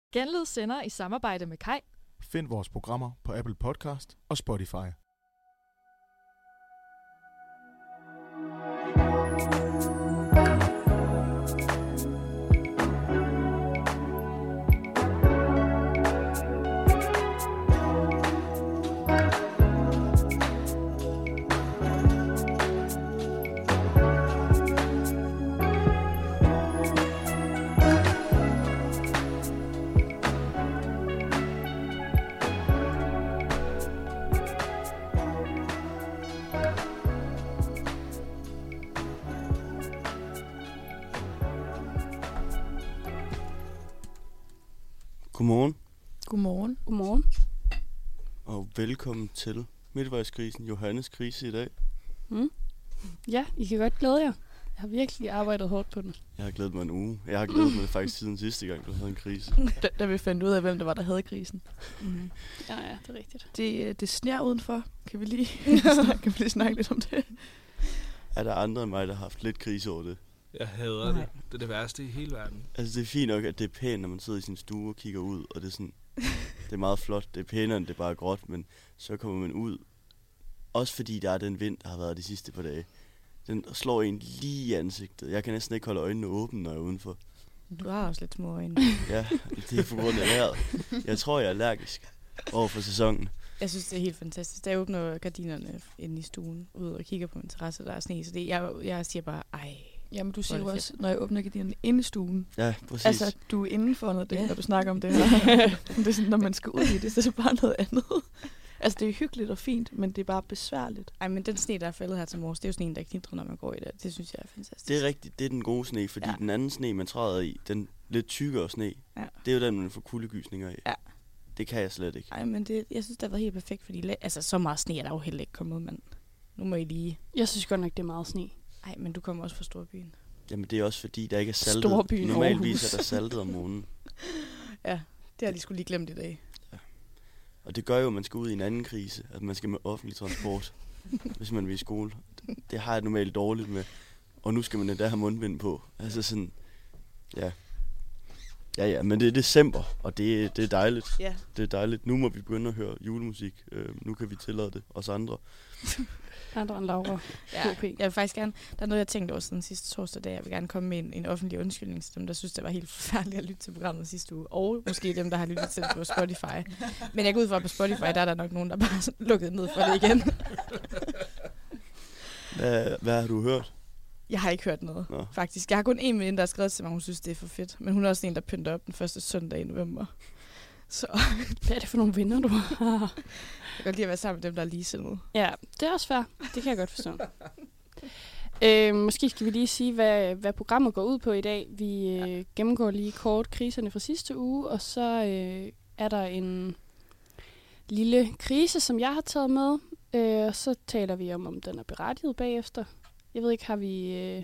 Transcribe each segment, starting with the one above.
Genlyd sender i samarbejde med Kai. Find vores programmer på Apple Podcast og Spotify. Godmorgen. Godmorgen. Godmorgen. Og velkommen til Midtvejskrisen, Johannes krise i dag. Ja, I kan godt glæde jer. Jeg har virkelig arbejdet hårdt på den. Jeg har glædet mig en uge. Jeg har glædet mig faktisk siden sidste gang, du havde en krise. Da vi fandt ud af, hvem det var, der havde krisen. Mm-hmm. Ja, det er rigtigt. Det sner udenfor. Kan vi lige snakke lidt om det? Er der andre end mig, der har haft lidt krise over det? Jeg hader det. Det er det værste i hele verden. Altså, det er fint nok, at det er pænt, når man sidder i sin stue og kigger ud, og det er sådan, det er meget flot. Det er pænere, end det er bare gråt, men så kommer man ud. Også fordi der er den vind, der har været de sidste par dage. Den slår en lige i ansigtet. Jeg kan næsten ikke holde øjnene åbne, når jeg er udenfor. Du har også lidt små øjne. Ja, det er på grund af vejret. Jeg tror, jeg er allergisk over for sæsonen. Jeg synes, det er helt fantastisk. Da jeg åbner gardinerne inde i stuen, ud og kigger på min terrasse, der er sne, så det, jeg siger bare, ej. Jamen, du siger jo også, når jeg åbner gardinerne inde i stuen. Ja, præcis. Altså, du er indenfor noget det, når du snakker om det her. Det er sådan, når man skal ud i det, så er det bare noget andet. Altså, det er hyggeligt og fint, men det er bare besværligt. Ej, men den sne, der er faldet her til morges, det er jo sådan en, der knitrer, når man går i det. Det synes jeg er fantastisk. Det er rigtigt, det er den gode sne, fordi den anden sne, man træder i, den lidt tykkere sne, det er jo den, man får kuldegysninger af. Ja. Det kan jeg slet ikke. Ej, men jeg synes, det har været helt perfekt, fordi altså, så meget sne er der jo heller ikke kommet, men nu må I lige... Jeg synes godt nok, det er meget sne. Ej, men du kommer også fra storbyen. Jamen, det er også fordi, der ikke er saltet. Storbyen Normalvis er der saltet om morgenen. Ja, det har de sgu lige glemt i dag. Ja. Og det gør jo, at man skal ud i en anden krise, at man skal med offentlig transport, hvis man vil i skole. Det har jeg normalt dårligt med. Og nu skal man endda have mundbind på. Altså sådan, ja. Ja, men det er december, og det er dejligt. Ja. Det er dejligt. Nu må vi begynde at høre julemusik. Nu kan vi tillade det, os andre. Andre end Laura. Ja, jeg vil faktisk gerne, der er noget, jeg tænkte over siden sidste torsdag, da jeg vil gerne komme med en offentlig undskyldning til dem, der synes, det var helt forfærdeligt at lytte til programmet sidste uge, og måske dem, der har lyttet til det på Spotify. Men jeg går ud fra, på Spotify, der er der nok nogen, der bare lukket ned for det igen. Hvad har du hørt? Jeg har ikke hørt noget, faktisk. Jeg har kun en veninde, der har skrevet til mig, hun synes, det er for fedt. Men hun er også en, der pynter op den første søndag i november. Så hvad er det for nogle venner, du har? Jeg kan godt lide at være sammen med dem, der er ligesindede. Ja, det er også fair. Det kan jeg godt forstå. Måske skal vi lige sige, hvad programmet går ud på i dag. Vi gennemgår lige kort kriserne fra sidste uge, og så er der en lille krise, som jeg har taget med. Og så taler vi om den er berettiget bagefter. Jeg ved ikke, har vi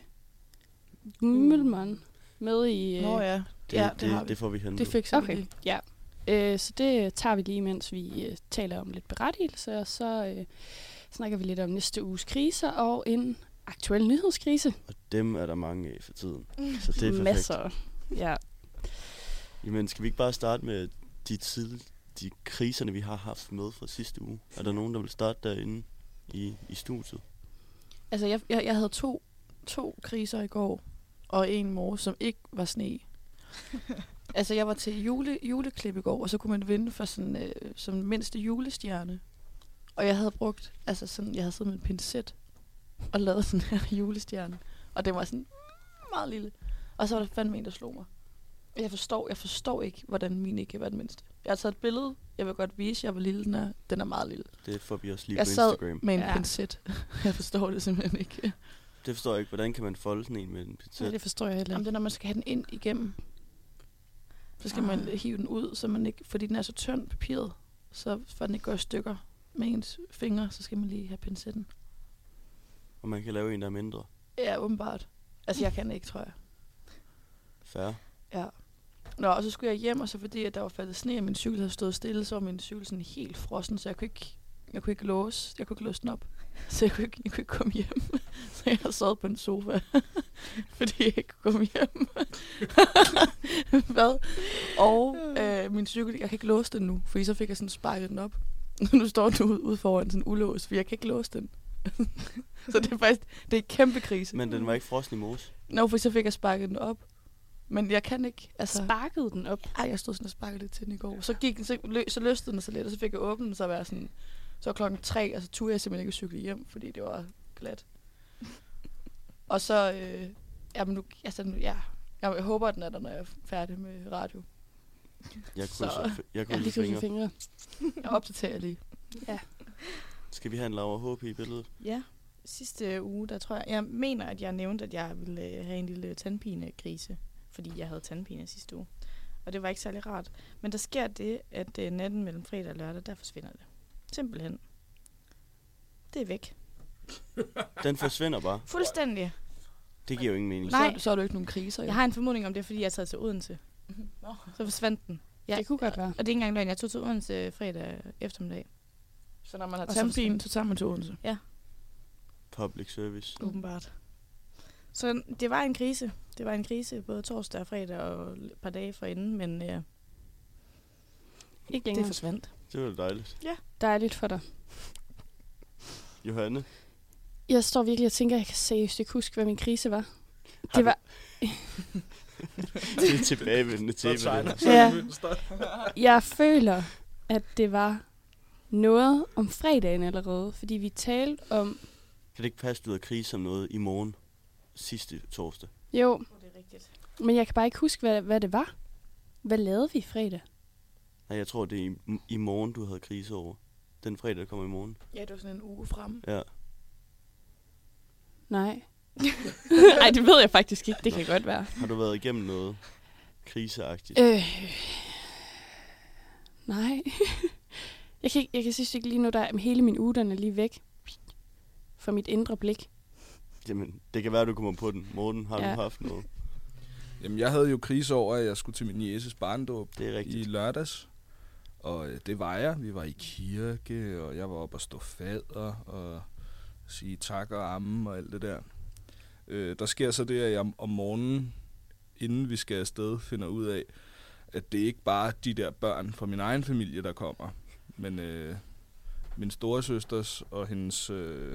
Mølmann med i... Nå ja. Det får vi hentet. Det fikser vi okay. lige. Ja. Så det tager vi lige, mens vi taler om lidt berettigelse, og så snakker vi lidt om næste uges kriser og en aktuel nyhedskrise. Og dem er der mange af for tiden, så det er perfekt. Masser, ja. Jamen, skal vi ikke bare starte med de kriserne, vi har haft med fra sidste uge? Er der nogen, der vil starte derinde i studiet? Altså, jeg havde to kriser i går, og en morgen, som ikke var sne. Altså, jeg var til juleklip i går, og så kunne man vinde for sådan som mindste julestjerne. Og jeg havde brugt, altså sådan, jeg havde siddet med en pincet og lavet sådan her julestjerne. Og det var sådan meget lille. Og så var der fandme en, der slog mig. Jeg forstår ikke, hvordan min ikke var den mindste. Jeg har taget et billede. Jeg vil godt vise jer, hvor lille den er meget lille. Det får vi også lige på Instagram. Jeg sad med en pincet. Jeg forstår det simpelthen ikke. Det forstår jeg ikke. Hvordan kan man folde sådan en med en pincet? Ja, det forstår jeg heller ikke. Det er, når man skal have den ind igennem. Så skal man hive den ud, så man ikke, fordi den er så tynd papiret, så for den ikke går i stykker med ens fingre, så skal man lige have pincetten. Og man kan lave en, der er mindre? Ja, åbenbart. Altså, jeg kan ikke, tror jeg. Fair. Ja. Nå, og så skulle jeg hjem, og så fordi, at der var faldet sne, og min cykel havde stået stille, så var min cykel sådan helt frossen, så jeg kunne ikke låse den op. Så jeg kunne ikke komme hjem. Så jeg sad på en sofa, fordi jeg ikke kunne komme hjem. Hvad? Og min cykel, jeg kan ikke låse den nu, fordi så fik jeg sådan sparket den op. Nu står den ude foran sådan ulåst, for jeg kan ikke låse den. Så det er faktisk, det er en kæmpe krise. Men den var ikke frossen i mos. Nå, for så fik jeg sparket den op. Men jeg kan ikke, altså... Sparkede den op? Ej, jeg stod sådan og sparkede lidt til den i går. Så gik den, så løste den så lidt, og så fik jeg åbnet den, så var jeg sådan... Så var 3:00, og så turde jeg simpelthen ikke cykle hjem, fordi det var glat. Og så... Jeg håber, at den er der, når jeg er færdig med radio. Jeg Ja, kunne lige lige fingre. Jeg opdaterer lige. Ja. Skal vi have en Laura HP i billedet? Ja, sidste uge, der tror jeg mener, at jeg nævnte, at jeg ville have en lille tandpinekrise, fordi jeg havde tandpine sidste uge. Og det var ikke særlig rart. Men der sker det, at natten mellem fredag og lørdag, der forsvinder det. Simpelthen. Det er væk. Den forsvinder bare. Fuldstændig. Det giver jo ingen mening. Nej. Så er du ikke nogen kriser. Jeg har en formodning om det, fordi jeg er taget til Odense. Så forsvandt den. Ja, Det kunne godt være. og det er ikke engang løgn. Jeg tog til Odense fredag eftermiddag. Så når man har Og så tandpine, så tager man til Odense. Public service. Åbenbart. Så det var en krise. Det var en krise både torsdag og fredag og et par dage forinden, men Ikke det længere. forsvandt. Det var dejligt. Dejligt for dig. Johanne? Jeg står virkelig og tænker, at jeg kan seriøst ikke huske, hvad min krise var. Har Det var... Det er tilbagevendende tema. det her. Ja. Jeg føler, at det var noget om fredagen allerede, fordi vi talte om... Kan det ikke passe, du havde krise om noget i morgen? Sidste torsdag. Jo, Det er rigtigt. men jeg kan bare ikke huske, hvad det var. Hvad lavede vi fredag? Nej, jeg tror, det er i morgen, du havde krise over. Den fredag, der kommer i morgen. Ja, det var sådan en uge frem. Ja. Nej. Ej, det ved jeg faktisk ikke. Det kan godt være. Har du været igennem noget kriseagtigt? Nej. jeg kan synes ikke lige nu, der hele min uge, den er lige væk. For mit indre blik. Jamen, det kan være, du kommer på den. Morten, har Ja. du haft noget? Jamen, jeg havde jo krise over, at jeg skulle til min nieces barndåb Det er rigtigt. i lørdags. Og det var jeg. Vi var i kirke, og jeg var oppe og stå fader og sige tak og amme og alt det der. Der sker så det, at jeg om morgenen, inden vi skal afsted, finder ud af, at det ikke bare er de der børn fra min egen familie, der kommer. Men min storesøsters og hendes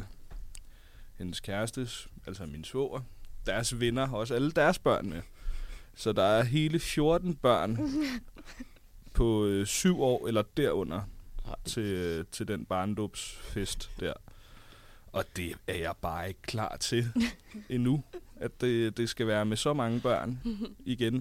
kærestes, altså min svoger, deres venner har også alle deres børn med. Så der er hele 14 børn på 7 år eller derunder til den barndåbsfest der. Og det er jeg bare ikke klar til endnu, at det skal være med så mange børn igen.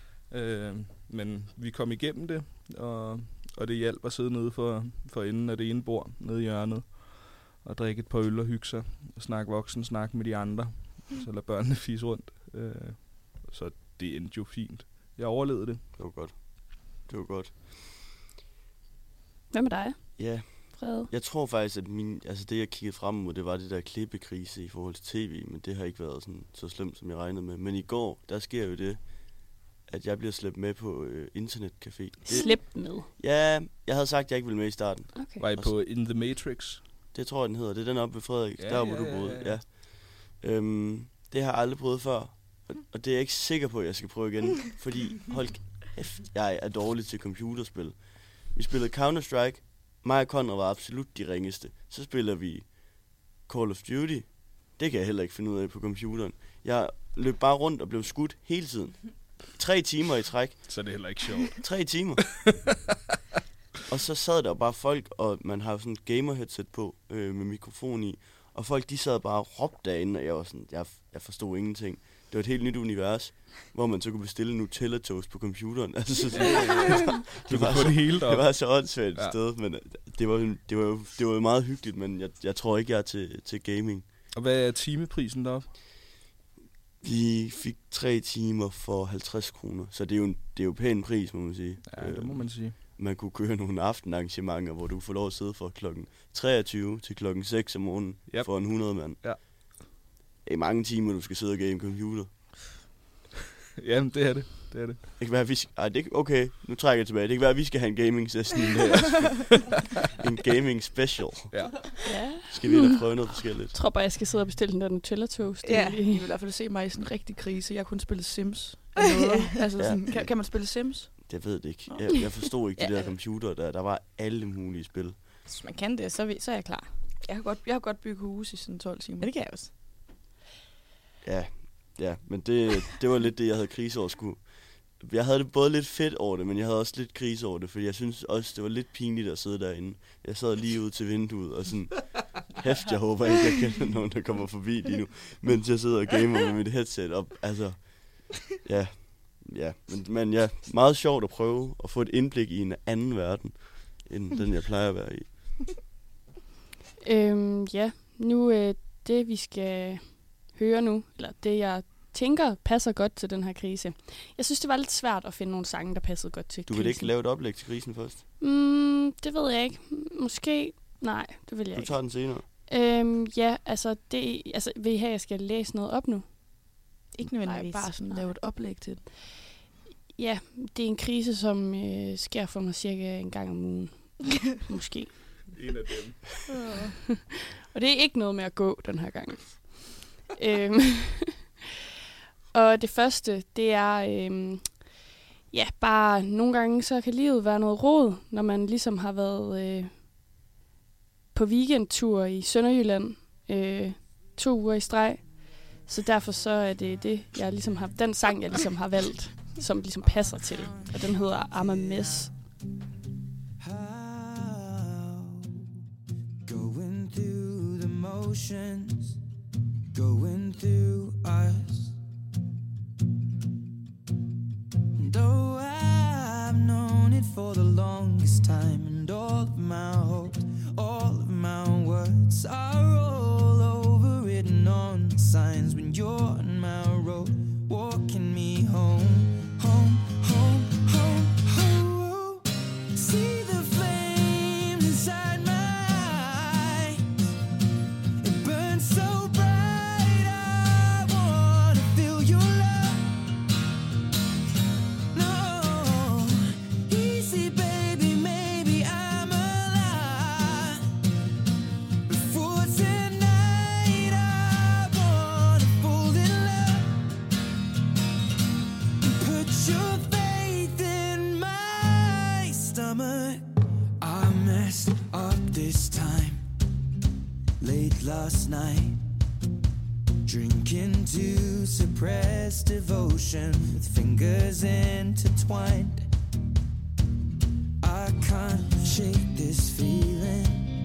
Men vi kom igennem det, og det hjalp at sidde nede for enden af det ene bord, nede i hjørnet, og drikke et par øl og hygge sig, og snakke snak med de andre, så lade børnene fise rundt. Så det endte jo fint. Jeg overlevede det. Det var godt. Det var godt. Hvad med dig, Ja, Frede? jeg tror faktisk, at det jeg kiggede frem mod, det var det der klippekrise i forhold til tv, men det har ikke været sådan så slemt, som jeg regnede med. Men i går, der sker jo det, at jeg bliver slæbt med på internetcafé. Slip med. Ja, jeg havde sagt, at jeg ikke ville med i starten. Okay. Var I på In the Matrix? Det tror jeg, den hedder. Det er den oppe ved Frederik, Ja, der hvor ja, du ja, boede. ja. Ja. Det har jeg aldrig prøvet før, og det er jeg ikke sikker på, at jeg skal prøve igen, fordi hold kæft, jeg er dårlig til computerspil. Vi spillede Counter-Strike. Mig og Conrad var absolut de ringeste. Så spiller vi Call of Duty. Det kan jeg heller ikke finde ud af på computeren. Jeg løb bare rundt og blev skudt hele tiden. 3 timer i træk. Så er det heller ikke sjovt. 3 timer. Og så sad der bare folk, og man har sådan et gamer-headset på med mikrofon i. Og folk, de sad bare og råbte derinde, og jeg var sådan, jeg forstod ingenting. Det var et helt nyt univers, hvor man så kunne bestille Nutella-toast på computeren. Altså, så, Du kunne få det hele det deroppe. var så åndssvagt et sted, men det var jo meget hyggeligt, men jeg tror ikke, jeg er til gaming. Og hvad er timeprisen deroppe? Vi fik 3 timer for 50 kroner, så det er jo pæn pris, må man sige. Ja, det må man sige. Man kunne køre nogle aftenarrangementer, hvor du får lov at sidde fra klokken 23 til klokken 6 om morgenen for en 100 mand. Ja. Det er mange timer, du skal sidde og game computer. Jamen, det er det. Det er det. Det kan være, at vi okay, nu trækker jeg tilbage. Det kan være, at vi skal have en gaming session der. En gaming special. Ja. Ja. Skal vi da prøve noget forskelligt? Jeg tror bare, jeg skal sidde og bestille den der Nutella-toast. Ja, I vil i hvert fald se mig i sådan en rigtig krise. Jeg kunne spille Sims. Altså, sådan, kan man spille Sims? Jeg ved det ikke. Jeg forstod ikke de der computer, der var alle mulige spil. Hvis man kan det, så er jeg klar. Jeg har godt bygget hus i sådan 12 timer. Ja, det kan jeg også. Ja, men det var lidt det, jeg havde krise over. Jeg havde det både lidt fedt over det, men jeg havde også lidt krise over det, fordi jeg synes også, det var lidt pinligt at sidde derinde. Jeg sad lige ude til vinduet og sådan, hæft, jeg håber ikke, jeg kender nogen, der kommer forbi lige nu, mens jeg sidder og gamer med mit headset op. Altså, ja, men ja, meget sjovt at prøve at få et indblik i en anden verden, end den, jeg plejer at være i. Nu det, vi skal høre nu, eller det, jeg tænker, passer godt til den her krise. Jeg synes, det var lidt svært at finde nogle sange, der passede godt til krisen. Du vil ikke lave et oplæg til krisen først? Det ved jeg ikke. Måske. Nej, det vil jeg ikke. Du tager den senere? Ja, altså, vil I have, at jeg skal læse noget op nu? Ikke nødvendigvis. Nej, bare sådan lave et oplæg til det. Ja, det er en krise, som sker for mig cirka en gang om ugen. Måske. En af dem. Og det er ikke noget med at gå den her gang. Og det første, det er, bare nogle gange, så kan livet være noget rod, når man ligesom har været på weekendtur i Sønderjylland 2 uger i streg. Så derfor så er det jeg ligesom har, den sang, jeg ligesom har valgt, som ligesom passer til. Og den hedder I'm a Mess. Going through the motions, going through us. And oh, I've known it for the longest time, and all of my hopes, all of my words are all overwritten on signs when you're on my road, walking me home, home, home, home, home. See the flames inside my eyes, it burns so bright, I wanna feel your love. No, easy baby, maybe I'm alive. Before tonight, I wanna fall in love. Put your faith in my stomach. I messed up this time, late last night, drinking to suppress devotion with fingers intertwined. I can't shake this feeling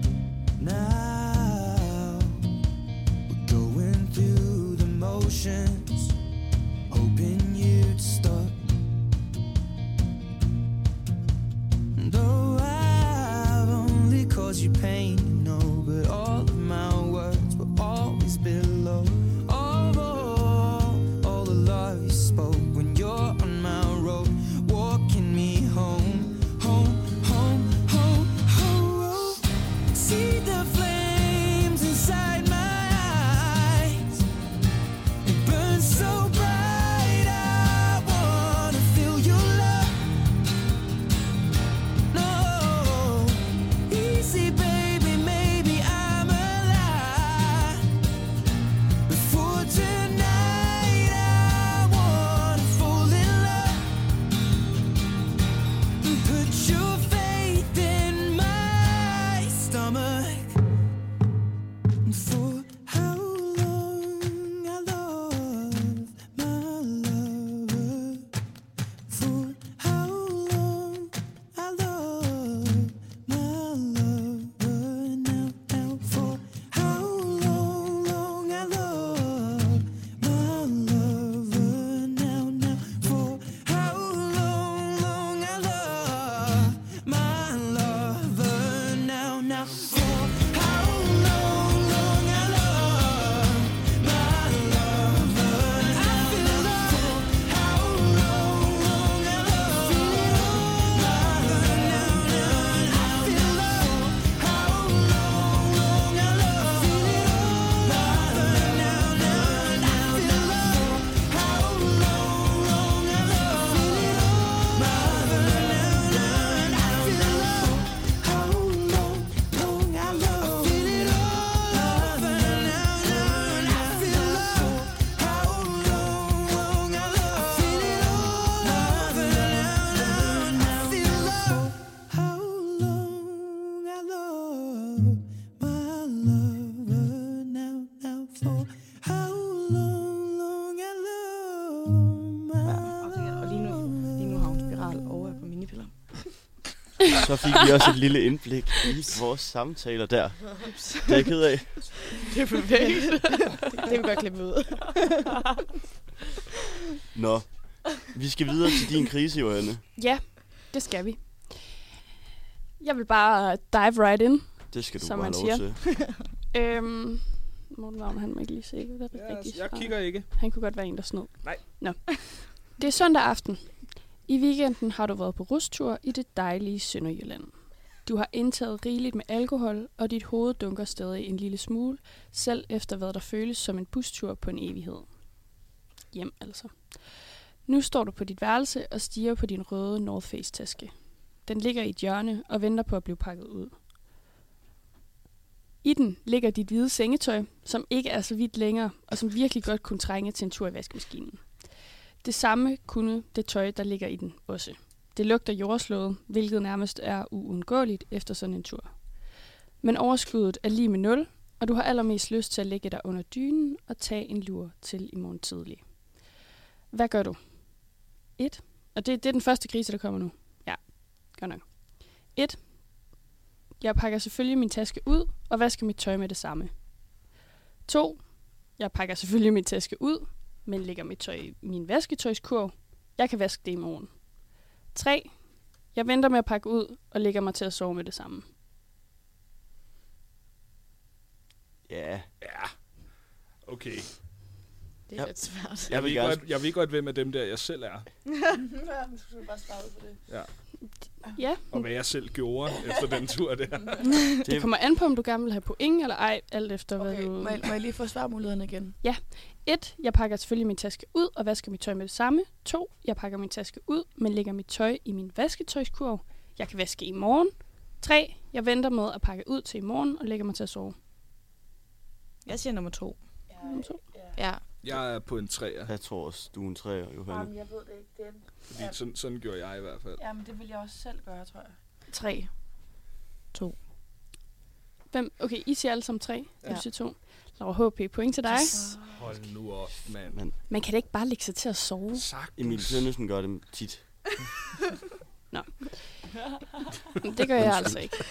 now. We're going through the motions, hoping you'd stop. Though I've only caused you pain, you know, but all of my words will always below. All the love you spoke when you're on my road, walking me home, home, home, home, home. See the flames inside my eyes, it burns so bright, I wanna feel your love. No, easy baby, maybe I'm alive. Before tonight, I wanna fall in love. Put your faith in my stomach. For how long I love my lover. For how long I love my lover. Now, for how long I love my lover. Now, for how long I love my minipiller. Så fik vi også et lille indblik i vores samtaler der. Det er jeg ked af. Det er perfekt. det vil godt klippe ud. Nå, vi skal videre til din krise, Johanne. Ja, det skal vi. Jeg vil bare dive right in. Det skal du Som bare man have lov siger. til. Morten Vagn, han må ikke lige se, hvad det er rigtigt. Jeg kigger ikke. Han kunne godt være en, der snød. Nej. Nå. Det er søndag aften. I weekenden har du været på rustur i det dejlige Sønderjylland. Du har indtaget rigeligt med alkohol, og dit hoved dunker stadig en lille smule, selv efter hvad der føles som en bustur på en evighed. Hjem altså. Nu står du på dit værelse og stiger på din røde North Face-taske. Den ligger i et hjørne og venter på at blive pakket ud. I den ligger dit hvide sengetøj, som ikke er så vidt længere, og som virkelig godt kunne trænge til en tur i vaskemaskinen. Det samme kunne det tøj, der ligger i den også. Det lugter jordslået, hvilket nærmest er uundgåeligt efter sådan en tur. Men overskuddet er lige med 0, og du har allermest lyst til at lægge dig under dynen og tage en lur til i morgen tidlig. Hvad gør du? 1. Og det er den første krise, der kommer nu. Ja, godt nok. 1. Jeg pakker selvfølgelig min taske ud og vasker mit tøj med det samme. 2. Jeg pakker selvfølgelig min taske ud, men lægger mit tøj i min vasketøjskurv. Jeg kan vaske det i morgen. 3. Jeg venter med at pakke ud og lægger mig til at sove med det samme. Ja. Okay. Det er lidt svært. Jeg ved godt, hvem af dem der jeg selv er. Vi skulle bare starte på det. Ja. Ja. Og hvad jeg selv gjorde efter den tur der. Det kommer an på, om du gerne vil have point eller ej, alt efter hvad Okay, du... må jeg lige få svarmulighederne igen? 1. Jeg pakker selvfølgelig min taske ud og vasker mit tøj med det samme. 2. Jeg pakker min taske ud, men lægger mit tøj i min vasketøjskurv. Jeg kan vaske i morgen. 3. Jeg venter med at pakke ud til i morgen og lægger mig til at sove. Jeg siger nummer 2. Nummer 2. Ja. Jeg er på en 3'er. Jeg tror også, du er en 3'er, Johanne. Jeg ved det ikke. Fordi sådan gjorde jeg i hvert fald. Jamen, det vil jeg også selv gøre, tror jeg. 3. 2. Okay, I siger alle sammen 3. Ja. Jeg siger 2. Laura HP, point til dig. Hold nu op, mand. Man kan da ikke bare lægge sig til at sove. Emil Sønnesen gør det tit. Det gør jeg altså ikke.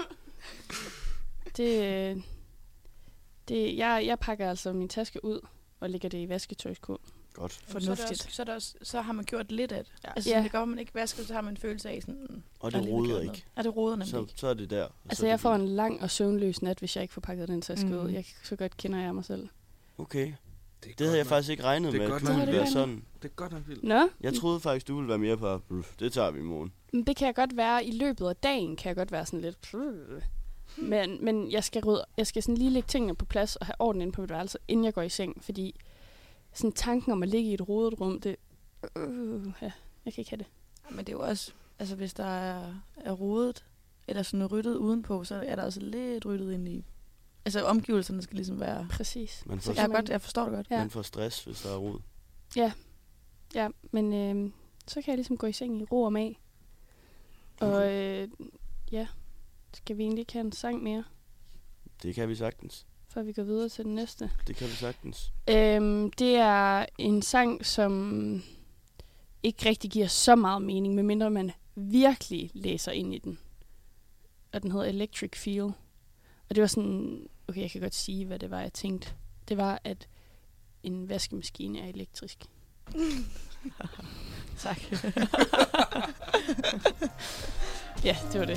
Jeg pakker altså min taske ud og lægger det i vasketøjskurv. Godt. Fornuftigt. Så har man gjort lidt af det. Ja. Altså, Ja. det går, man ikke vasker, så har man en følelse af sådan... Og det roder ikke. Ja, det roder nemlig ikke. Så er det der. Altså, jeg får en lang og søvnløs nat, hvis jeg ikke får pakket den taske ud. Så godt kender jeg mig selv. Okay. Det havde jeg faktisk ikke regnet med, at du ville være sådan. Det er godt nok vildt. Nå, Jeg troede faktisk, du ville være mere på, det tager vi i morgen. men det kan jeg godt være i løbet af dagen, kan jeg godt være sådan lidt... Men jeg skal sådan lige lægge tingene på plads og have orden inde på mit værelse, inden jeg går i seng, fordi sådan tanken om at ligge i et rodet rum, det... ja, jeg kan ikke have det. Men det er jo også... Altså, hvis der er rodet, eller sådan ryddet udenpå, så er der også lidt ryddet ind i... Altså, omgivelserne skal ligesom være... Præcis. Man Så får, kan Jeg forstår det godt. Ja. man får stress, hvis der er rod. Ja, men så kan jeg ligesom gå i seng i ro og mag. Og ja, skal vi egentlig ikke have en sang mere, Det kan vi sagtens. før vi går videre til den næste? Det kan vi sagtens. Det er en sang, som ikke rigtig giver så meget mening, medmindre man virkelig læser ind i den. Og den hedder Electric Feel. Og det var sådan, okay, jeg kan godt sige, hvad det var, jeg tænkte. Det var, at en vaskemaskine er elektrisk. Tak. Ja, det var det.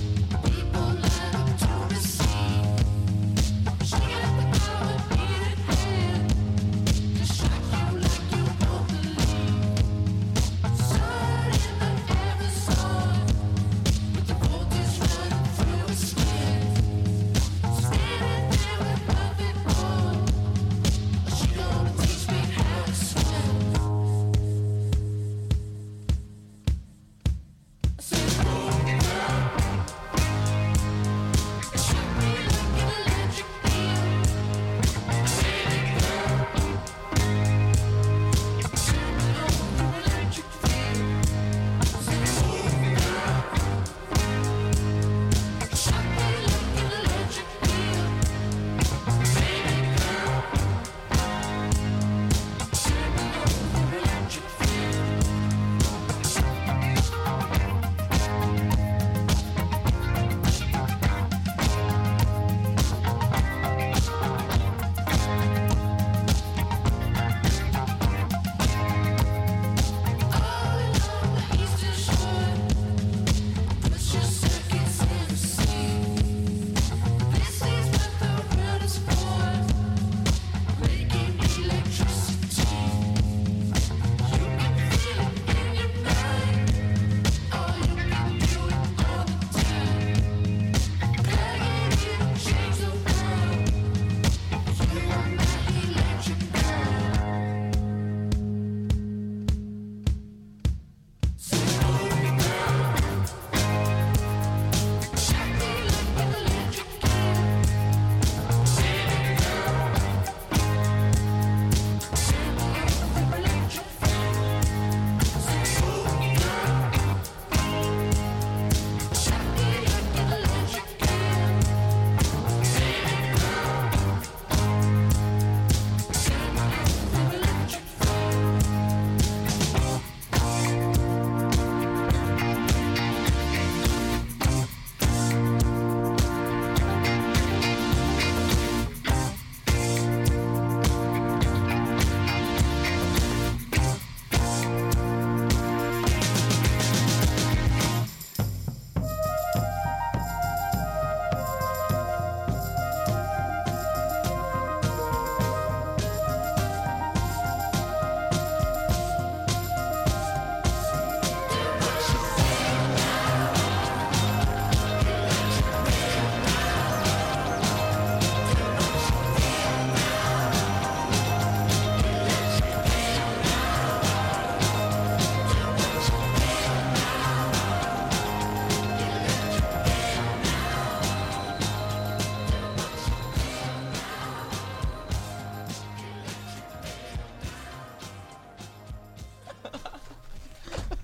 People let up to the sea. Shaking up the power, beat it.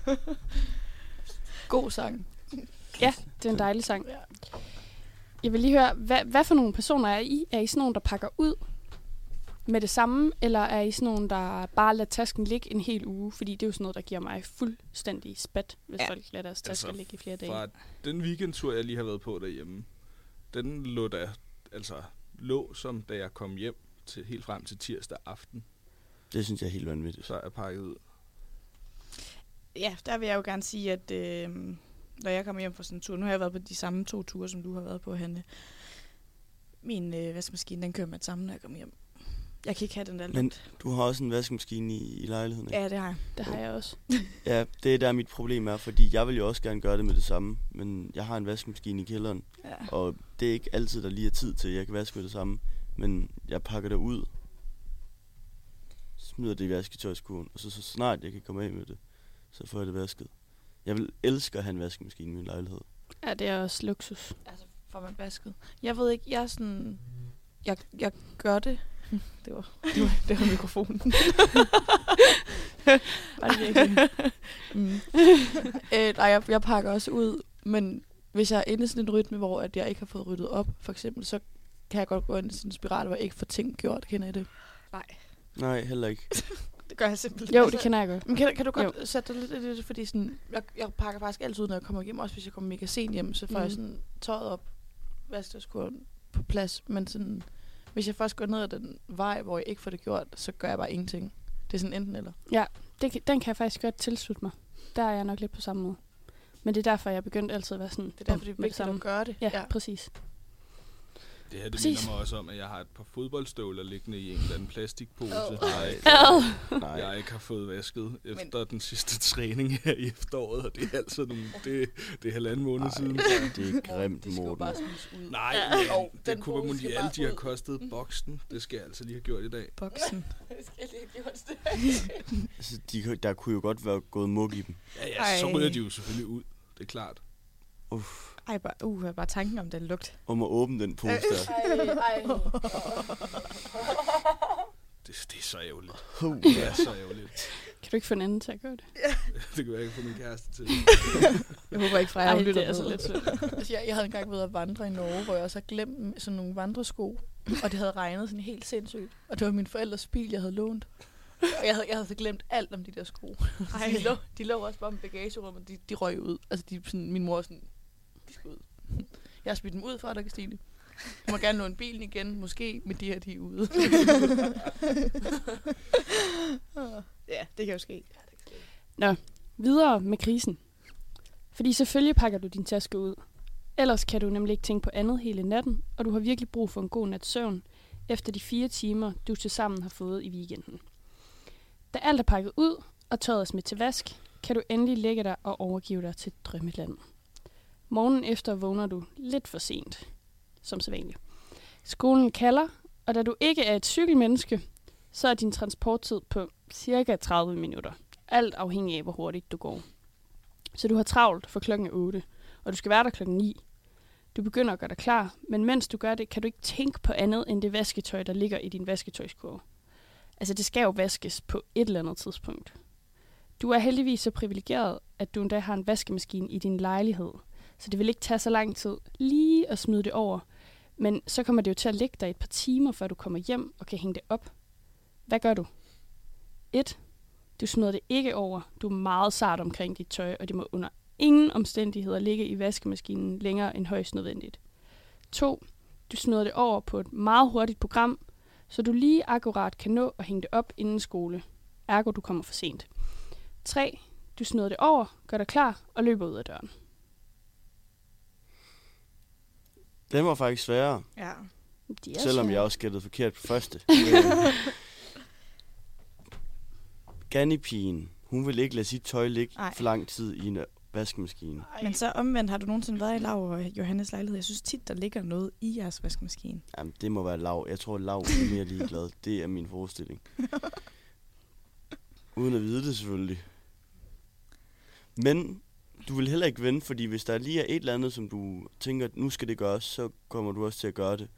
God sang. Ja, det er en dejlig sang. Ja. Jeg vil lige høre, hvad for nogle personer er I? Er I sådan nogle, der pakker ud med det samme, eller er I sådan nogle, der bare lader tasken ligge en hel uge? Fordi det er jo sådan noget, der giver mig fuldstændig spat, hvis folk lader deres tasker ligge i flere dage. Fra den weekendtur, jeg lige har været på derhjemme, den lå som da jeg kom hjem til helt frem til tirsdag aften. Det synes jeg er helt vanvittigt. Så er jeg pakket ud. Ja, der vil jeg jo gerne sige, at når jeg kommer hjem fra sådan en tur, nu har jeg været på de samme 2 ture, som du har været på, Hanne. Min vaskemaskine, den kører med det samme, når jeg kommer hjem. Jeg kan ikke have den der Men lugt. du har også en vaskemaskine i lejligheden, ikke? Ja, det har jeg. Det har jeg også. Ja, det er der mit problem er, fordi jeg vil jo også gerne gøre det med det samme, men jeg har en vaskemaskine i kælderen, Ja. og det er ikke altid, der lige er tid til, at jeg kan vaske med det samme, men jeg pakker det ud, smider det i vasketøjskurven, og så snart jeg kan komme af med det, så får jeg det vasket. Jeg vil elske at have en vaskemaskine i min lejlighed. Ja, det er også luksus. Altså, får man vasket. Jeg ved ikke, jeg er sådan... Jeg gør det. Det var mikrofonen. Var det virkelig? Nej, jeg pakker også ud, men hvis jeg er inde i sådan en rytme, hvor at jeg ikke har fået ryddet op, for eksempel, så kan jeg godt gå ind i sådan en spiral, hvor jeg ikke får ting gjort. Kender I det? Nej, heller ikke. Det gør jeg simpelthen. Jo, det kender jeg godt. Men kan du godt sætte dig lidt i det, fordi sådan, jeg pakker faktisk altid ud, når jeg kommer hjem, også hvis jeg kommer mega sent hjem, så får jeg sådan tøjet op, vasketøjskurven på plads, men sådan, hvis jeg først går ned ad den vej, hvor jeg ikke får det gjort, så gør jeg bare ingenting. Det er sådan enten eller. Ja, den kan jeg faktisk godt tilslutte mig. Der er jeg nok lidt på samme måde. Men det er derfor, jeg begyndte altid at være sådan... Det er derfor, det er vigtigt at gøre det. Ja, præcis. Det her, det Præcis. minder mig også om, at jeg har et par fodboldstøvler liggende i en eller anden plastikpose. Nej. Jeg ikke har fået vasket efter den sidste træning her i efteråret, og det er altså det er 1,5 måned siden. Det er grimt, Det skal jo Morten. bare smides ud. Nej, den det kunne pose skal alle bare de har ud. kostet boksen. Det skal jeg altså lige have gjort i dag. Boksen. Det skal jeg lige have gjort det. Altså, der kunne jo godt være gået mug i dem. Ja, så Ej. ryger de jo selvfølgelig ud. Det er klart. Ej, bare tanken om den lugt. Om at åbne den pose der. Ej. Det er så ærgerligt. Det er så ærgerligt. Kan du ikke få en anden til at gøre det? Det kan være, jeg kan få min kæreste til. Jeg håber ikke, Freja Ej, lytter det er med. så lidt sødt. Altså, jeg havde engang været at vandre i Norge, hvor jeg også har glemt sådan nogle vandresko. Og det havde regnet sådan helt sindssygt. Og det var min forældres bil, jeg havde lånt. Og jeg havde så glemt alt om de der sko. De lå også bare med bagagerummet, de røg ud. Altså, min mor sådan, de skulle ud. Jeg har smidt dem ud for dig, Christine. Du må gerne låne bilen igen, måske, men de er ude. Ja, det kan jo ske. Nå, videre med krisen. Fordi selvfølgelig pakker du din taske ud. Ellers kan du nemlig ikke tænke på andet hele natten, og du har virkelig brug for en god nats søvn, efter de 4 timer, du tilsammen har fået i weekenden. Da alt er pakket ud, og tøjet er smidt til vask, kan du endelig lægge dig og overgive dig til drømmelandet. Morgen efter vågner du lidt for sent, som sædvanligt. Skolen kalder, og da du ikke er et cykelmenneske, så er din transporttid på cirka 30 minutter. Alt afhængig af, hvor hurtigt du går. Så du har travlt for klokken 8, og du skal være der klokken 9. Du begynder at gøre dig klar, men mens du gør det, kan du ikke tænke på andet end det vasketøj, der ligger i din vasketøjskurve. Altså, det skal jo vaskes på et eller andet tidspunkt. Du er heldigvis så privilegeret, at du endda har en vaskemaskine i din lejlighed, så det vil ikke tage så lang tid lige at smide det over. Men så kommer det jo til at ligge der et par timer, før du kommer hjem og kan hænge det op. Hvad gør du? 1. Du smider det ikke over. Du er meget sart omkring dit tøj, og det må under ingen omstændigheder ligge i vaskemaskinen længere end højst nødvendigt. 2. Du smider det over på et meget hurtigt program, så du lige akkurat kan nå at hænge det op inden skole. Ergo, du kommer for sent. 3. Du smider det over, gør dig klar og løber ud af døren. Den var faktisk sværere, Ja. De er selvom svære. jeg også gættede forkert på første. Gannipigen, hun vil ikke lade sit tøj ligge for lang tid i en vaskemaskine. Men så omvendt, har du nogensinde været i Lav og Johannes lejlighed? Jeg synes tit, der ligger noget i jeres vaskemaskine. Jamen, det må være Lav. Jeg tror, Lav er mere ligeglad. Det er min forestilling. Uden at vide det selvfølgelig. Men du vil heller ikke vente, fordi hvis der lige er et eller andet, som du tænker, nu skal det gøres, så kommer du også til at gøre det.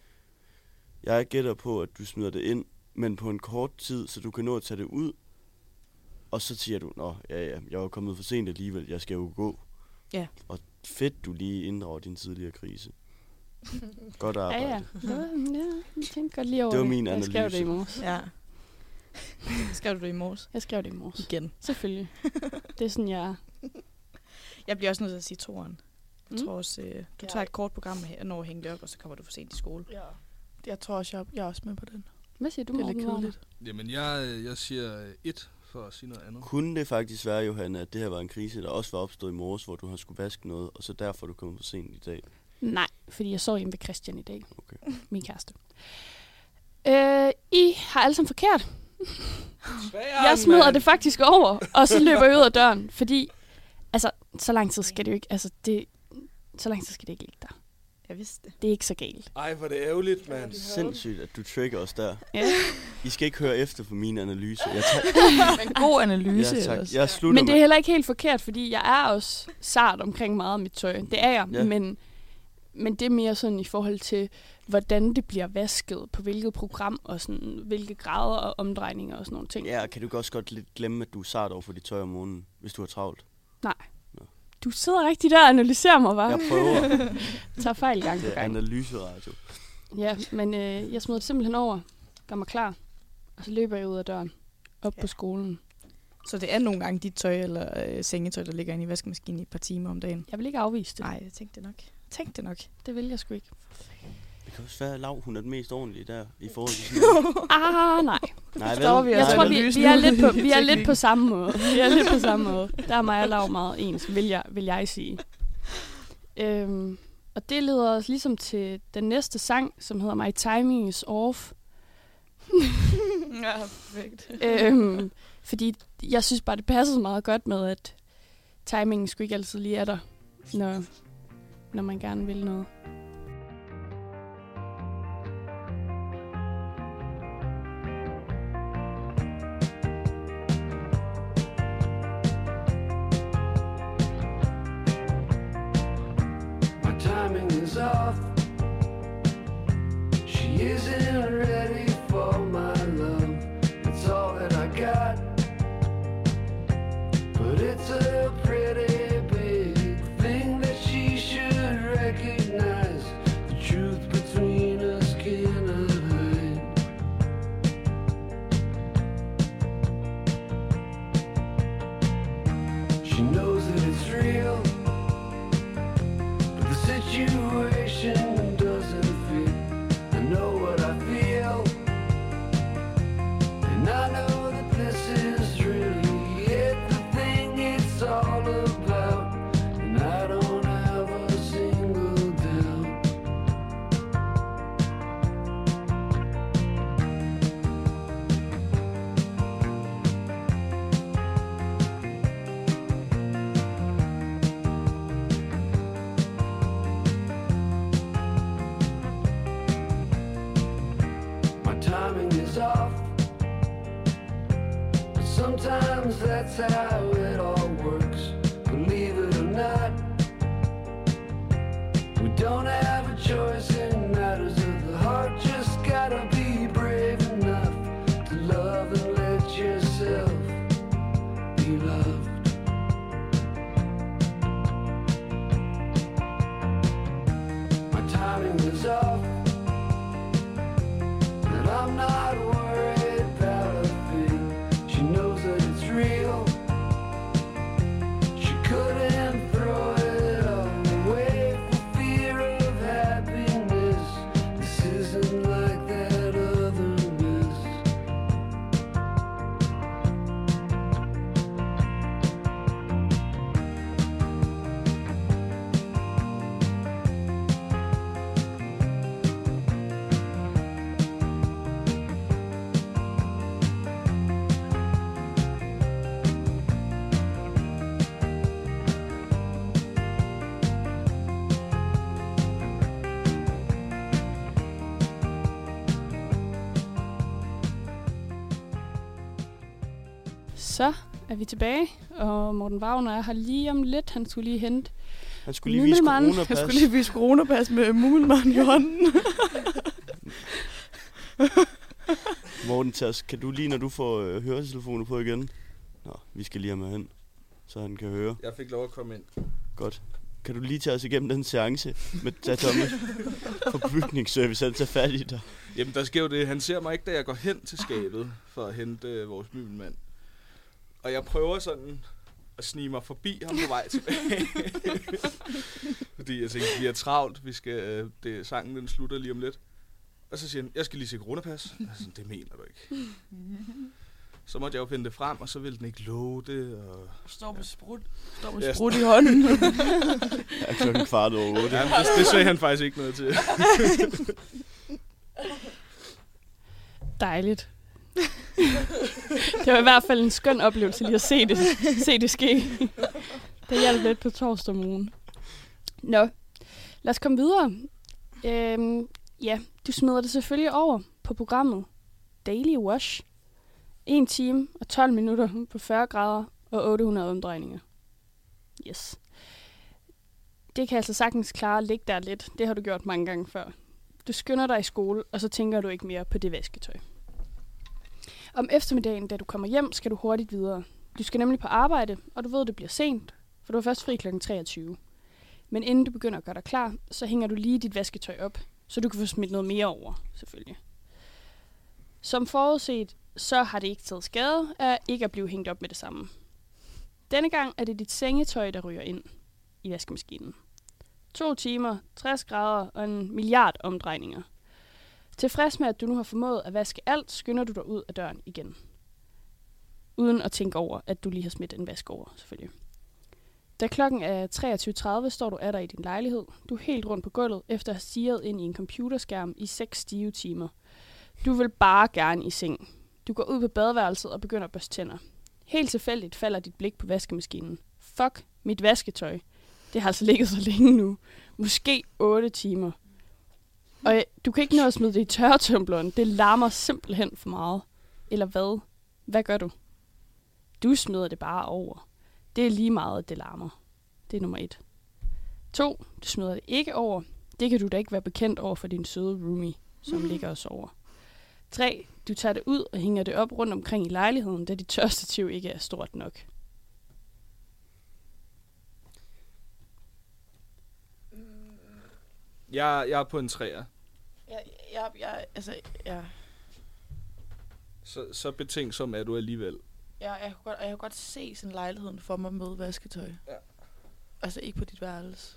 Jeg gætter på, at du smider det ind, men på en kort tid, så du kan nå at tage det ud. Og så siger du, jeg var kommet for sent alligevel, jeg skal jo gå. Ja. Og fedt, du lige inddrager din tidligere krise. Godt arbejde. Ja. Jeg tænkte godt lige over Det var min Jeg skrev analyse. det i morges. Ja. Skrev du det i morges? Jeg skrev det i morges. Igen. Selvfølgelig. Det er sådan, jeg... Jeg bliver også nødt til at sige toeren. Jeg Mm. tror også, du tager et kort program og når at hænge det op, og så kommer du for sent i skole. Ja. Jeg tror også, jeg er også med på den. Hvad siger du, Det er lidt Morten Wagner? kedeligt. Jamen, jeg siger 1 for at sige noget andet. Kunne det faktisk være, Johanne, at det her var en krise, der også var opstået i morges, hvor du har skulle vaske noget, og så derfor er du kommet for sent i dag? Nej, fordi jeg så hjemme ved Christian i dag. Okay. Min kæreste. I har alle sammen forkert. Jeg smider det faktisk over, og så løber jeg ud af døren, fordi altså, så lang tid skal det jo ikke, så lang tid skal det ikke ligge der. Jeg vidste det. Det er ikke så galt. Ej, hvor er det ærgerligt, mand. Sindssygt, at du trigger os der. Ja. I skal ikke høre efter for mine analyser. En god analyse. Ja, tak. ellers. Jeg slutter Men det er heller ikke helt forkert, fordi jeg er også sart omkring meget af mit tøj. Det er jeg, Ja. men det er mere sådan i forhold til, hvordan det bliver vasket, på hvilket program, og sådan, hvilke grader og omdrejninger og sådan nogle ting. Ja, kan du også godt lidt glemme, at du er sart over for dit tøj om morgenen, hvis du har travlt? Du sidder rigtig der og analyserer mig, hva'? Jeg prøver. Jeg tager fejl gang på Det er gang. analyseradio. Ja, men jeg smider det simpelthen over, gør mig klar, og så løber jeg ud af døren, op på skolen. Så det er nogle gange dit tøj eller sengetøj, der ligger inde i vaskemaskinen i et par timer om dagen? Jeg vil ikke afvise det. Nej, jeg tænkte det nok. Det vil jeg sgu ikke. Det kan også være, at Lav, hun er den mest ordentlige der, i forhold til sådan Nej. Nej, forstår vi Jeg altså tror, analysen vi er ud lidt i på, vi er lidt teknikken. på samme måde. Vi er lidt på samme måde. Der er mig og Lav meget ens, vil jeg sige. Og det leder os ligesom til den næste sang, som hedder My Timing is Off. Ja, perfekt. Fordi jeg synes bare, det passer så meget godt med, at timingen sgu ikke altid lige er der, når man gerne vil noget. My timing is off. She isn't ready for my love. It's all that I got. But it's a pretty big thing that she should recognize. The truth between us cannot hide. She knows that it's real. The situation doesn't fit. I know what I feel, and I know that this is really it, the thing it's all about, and I don't have a single doubt. My timing is off, but sometimes that's how it all works. Believe it or not, we don't have a choice in matters of the heart. Just gotta be brave enough to love and let yourself be loved. My timing is off, but I'm not worried about a thing. She knows that it's real. She couldn't throw it all away for fear of happiness. This isn't like that other mess. Så er vi tilbage, og Morten Wagner er her lige om lidt. Han skulle lige hente. Han skulle lige vise Mummelmann. coronapas. Jeg skulle lige vise coronapas med Mummelmann i hånden. Morten, kan du lige, når du får høretelefoner på igen? Nå, vi skal lige have med hen, så han kan høre. Jeg fik lov at komme ind. Godt. Kan du lige tage os igennem den seance med Thomas fra bygningsservice, han tager fat i dig? Jamen, der sker jo det. Han ser mig ikke, da jeg går hen til skabet for at hente vores møbelmand. Og jeg prøver sådan at snige mig forbi ham på vej tilbage. Fordi jeg tænker, vi er travlt. Sangen den slutter lige om lidt. Og så siger han, jeg skal lige se coronapas. Altså, det mener du ikke. Så måtte jeg jo finde det frem, og så ville den ikke love det. Og Står med sprut i hånden. Ja, 7:15. Ja, det sagde han faktisk ikke noget til. Dejligt. Det var i hvert fald en skøn oplevelse lige at se det ske. Det hjalp lidt på torsdag om ugen. Nå, lad os komme videre. Ja, du smider det selvfølgelig over på programmet Daily Wash. 1 time og 12 minutter på 40 grader og 800 omdrejninger. Yes. Det kan altså sagtens klare at ligge der lidt. Det har du gjort mange gange før. Du skynder dig i skole, og så tænker du ikke mere på det vasketøj. Om eftermiddagen, da du kommer hjem, skal du hurtigt videre. Du skal nemlig på arbejde, og du ved, det bliver sent, for du er først fri kl. 23. Men inden du begynder at gøre dig klar, så hænger du lige dit vasketøj op, så du kan få smidt noget mere over, selvfølgelig. Som forudset, så har det ikke taget skade af ikke at blive hængt op med det samme. Denne gang er det dit sengetøj, der ryger ind i vaskemaskinen. 2 timer, 60 grader og 1 milliard omdrejninger. Tilfreds med, at du nu har formået at vaske alt, skynder du dig ud af døren igen. Uden at tænke over, at du lige har smidt en vask over, selvfølgelig. Da klokken er 23:30, står du af dig i din lejlighed. Du er helt rundt på gulvet, efter at have stirret ind i en computerskærm i 6 stive timer. Du vil bare gerne i seng. Du går ud på badeværelset og begynder at børste tænder. Helt tilfældigt falder dit blik på vaskemaskinen. Fuck, mit vasketøj. Det har altså ligget så længe nu. Måske 8 timer. Og du kan ikke nå at smide det i tørretumbleren. Det larmer simpelthen for meget. Eller hvad? Hvad gør du? Du smider det bare over. Det er lige meget, at det larmer. Det er nummer 1. 2. Du smider det ikke over. Det kan du da ikke være bekendt over for din søde roomie, som ligger og sover. 3. Du tager det ud og hænger det op rundt omkring i lejligheden, da dit tørstativ ikke er stort nok. Jeg er på en 3'er. Så betænksom er du alligevel. Ja, jeg kunne godt se sådan lejligheden for mig med vasketøj. Ja. Altså ikke på dit værelse.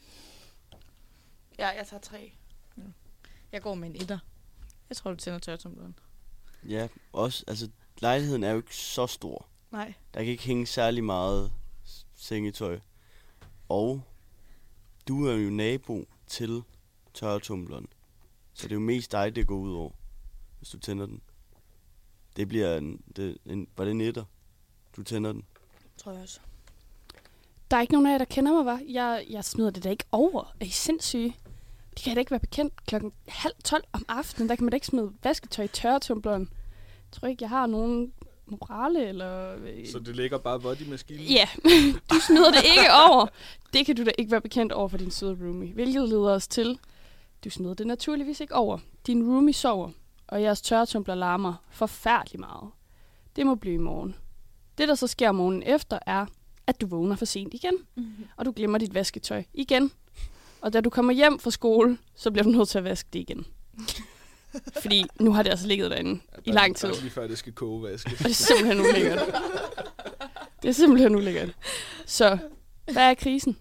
Ja, jeg tager 3. Ja. Jeg går med en 1'er. Jeg tror, du tænder tørretumbleren. Ja, også, altså lejligheden er jo ikke så stor. Nej. Der kan ikke hænge særlig meget sengetøj. Og du er jo nabo til tørretumbleren. Så det er jo mest dig, det går ud over, hvis du tænder den. Det bliver var det en 1'er? Du tænder den? Tror jeg også. Der er ikke nogen af jer, der kender mig, hva'? Jeg smider det da ikke over. Er I sindssyge? De kan da ikke være bekendt 11:30 om aftenen. Der kan man da ikke smide vasketøj i tørretumbleren. Jeg tror ikke, jeg har nogen morale eller... Så det ligger bare vådt i maskinen? Ja, du smider det ikke over. Det kan du da ikke være bekendt over for din søde roomie. Hvilket leder os til, du smider det naturligvis ikke over. Din roomie sover, og jeres tørretumbler larmer forfærdeligt meget. Det må blive i morgen. Det, der så sker morgenen efter, er, at du vågner for sent igen, og du glemmer dit vasketøj igen. Og da du kommer hjem fra skole, så bliver du nødt til at vaske det igen. Fordi nu har det altså ligget derinde i lang tid. Det er lige før, det skal kogevaske. Og det er simpelthen ulækkert. Det er simpelthen ulækkert. Så, hvad er krisen?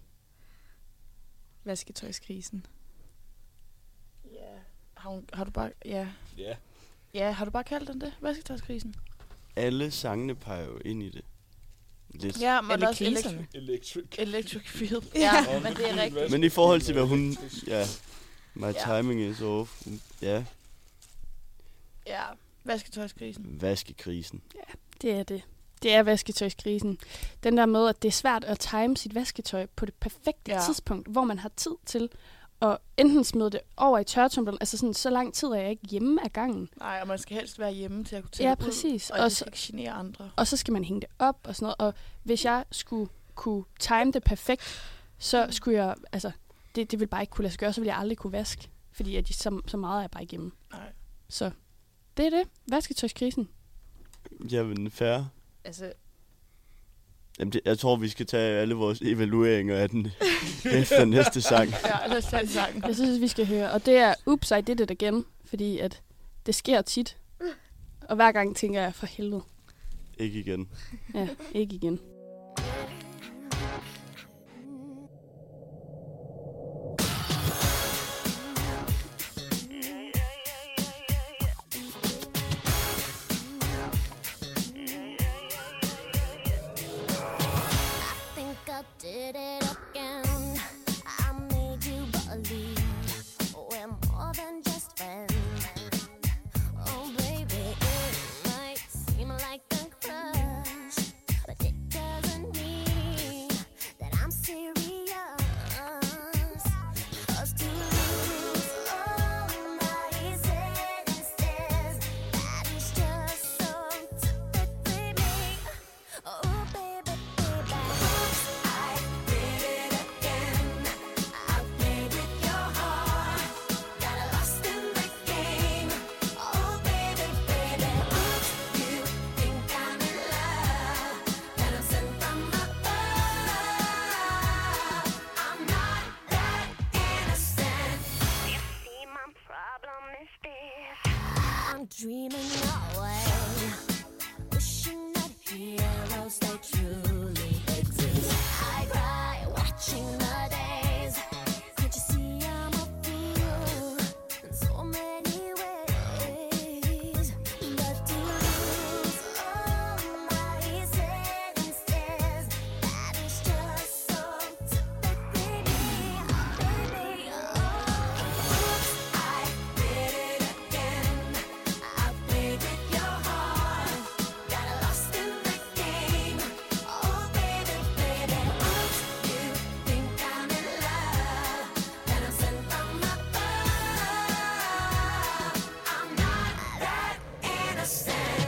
Vasketøjskrisen. Ja. Har du bare... Ja. Ja. Ja, har du bare kaldt den det? Vasketøjskrisen? Alle sangene peger jo ind i det. Lidt. Ja, men Eller også kriserne. Electric Field. Ja, men det er rigtigt. Men i forhold til, hvad hun... Ja, my Ja. timing is off. Ja, Ja, vasketøjskrisen. vaskekrisen. Det er det. Det er vasketøjskrisen. Den der med, at det er svært at time sit vasketøj på det perfekte tidspunkt, hvor man har tid til at enten smide det over i tørretumbleren, altså sådan, så lang tid er jeg ikke hjemme ad gangen. Nej, og man skal helst være hjemme til at kunne tage Ja, det ud, præcis. og det skal ikke genere andre. Og så skal man hænge det op og sådan noget. Og hvis jeg skulle kunne time det perfekt, så skulle jeg, altså, det ville bare ikke kunne lade sig gøre, så ville jeg aldrig kunne vaske. Fordi at så meget er jeg bare ikke hjemme. Nej. Så det er det. Vasketøjskrisen. Jamen, fair. Altså, Jamen, jeg tror, vi skal tage alle vores evalueringer af den efter næste sang. Ja, lad os tage en sang. Jeg synes, vi skal høre. Og det er Oops, I Did It Again. Fordi at det sker tit. Og hver gang tænker jeg, for helvede. Ikke igen. Ja, ikke igen. Did it again. I made you believe we're more than just friends. Oh baby, it might seem like a crush, but it doesn't mean that I'm serious. 'Cause to lose all my senses, that is just so typically me. Oh baby, baby. I'm dreaming away, wishing that heroes they truly exist. I cry watching the days. Can't you see I'm a fool in so many ways? But to lose all my senses, that is just so typically me, baby. Oops, I did it again. I played with your heart, got lost in the game. Oh baby, baby, oops, you think I'm in love, and I'm sent from above. I'm not that innocent.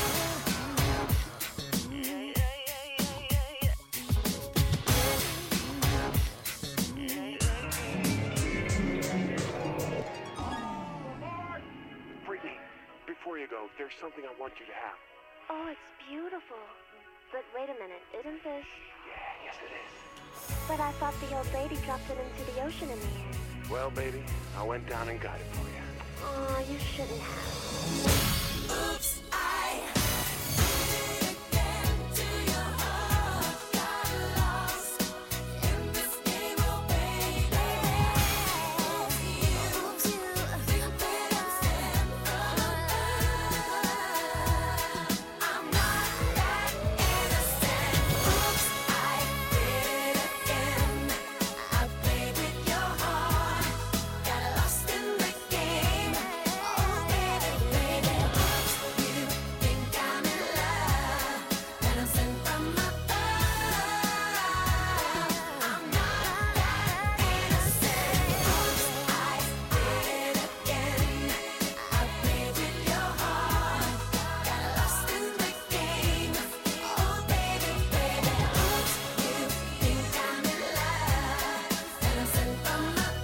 Brittany, before you go, there's something I want you to have. Oh, it's beautiful. But wait a minute, isn't this? Yeah, yes it is. But I thought the old lady dropped it into the ocean in the air. Well, baby, I went down and got it for you. Oh, you shouldn't have. Oops, I did it again to your heart. Got lost in this game, oh baby. Oops, you think that I'm sent from above. I'm not that innocent. Oops, I did it again. I played with your heart, got lost in the game. Oh baby, baby, oops, you think I'm in love, and I'm sent from above. I'm not that innocent. Oops, I did it again. I played with your heart, got lost in the game. Oh baby, baby, oops, you think I'm in love, and I'm sent from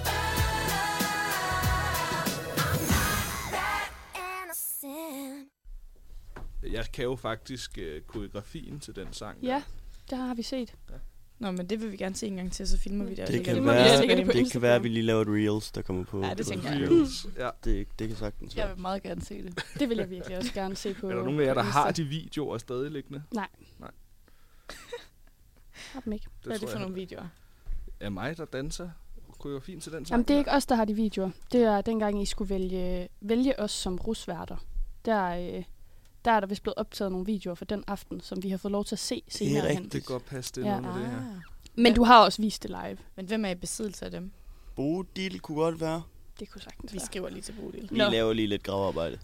above. I'm not that innocent. Jeg kan jo faktisk koreografien til den sang. Ja, det har vi set. Nå, men det vil vi gerne se en gang til, så filmer vi det. og Det lægger kan, på være, Instagram. det kan være, at vi lige laver et Reels, der kommer på. Ja, det tænker jeg. Reels, ja. Det kan sagtens Jeg være. vil meget gerne se det. Det vil jeg virkelig også gerne se på. Er der nogen af jer, der på har Insta? de videoer stadig liggende? Nej. Nej. Har dem ikke. Hvad er det for jeg. nogle videoer? Er mig, der danser koreografien til den sang? Jamen, det er ikke os, der har de videoer. Det er dengang, I skulle vælge os som rusværter. Der er der vist blevet optaget nogle videoer for den aften, som vi har fået lov til at se senere hen. rigtigt. Det kan godt passe, det er Ja. noget med det her. Men du har også vist det live. Men hvem er i besiddelse af dem? Bodil kunne godt være. Det kunne sagtens Vi være. skriver lige til Bodil. Vi laver lige lidt gravearbejde.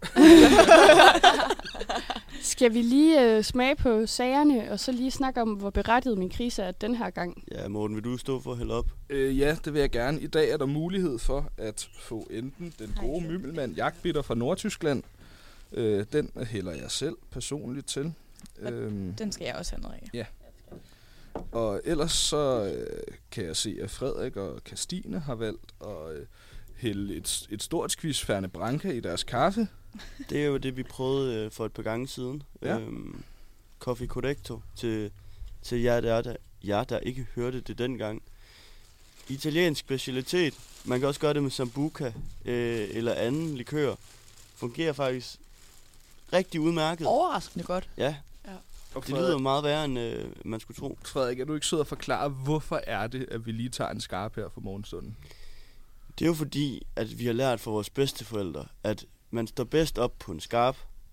Skal vi lige smage på sagerne, og så lige snakke om, hvor berettiget min krise er den her gang? Ja, Morten, vil du stå for at hælde op? Ja, det vil jeg gerne. I dag er der mulighed for at få enten den gode Mymmelmand jagtbitter fra Nordtyskland. Den hælder jeg selv personligt til. Den skal jeg også have noget af. Ja. Og ellers så kan jeg se, at Frederik og Kastine har valgt at hælde et stort skvis Fernet Branca i deres kaffe. Det er jo det, vi prøvede for et par gange siden. Ja. Coffee Correcto til til jer, der ikke hørte det dengang. Italiensk specialitet. Man kan også gøre det med sambuca eller anden likør. Fungerer faktisk rigtig udmærket. Overraskende godt. Ja. Og Det lyder meget værre, end man skulle tro. Frederik, er du ikke sød at forklare, hvorfor er det, at vi lige tager en skarp her for morgenstunden? Det er jo fordi, at vi har lært fra vores bedsteforældre, at man står bedst op på en skarp.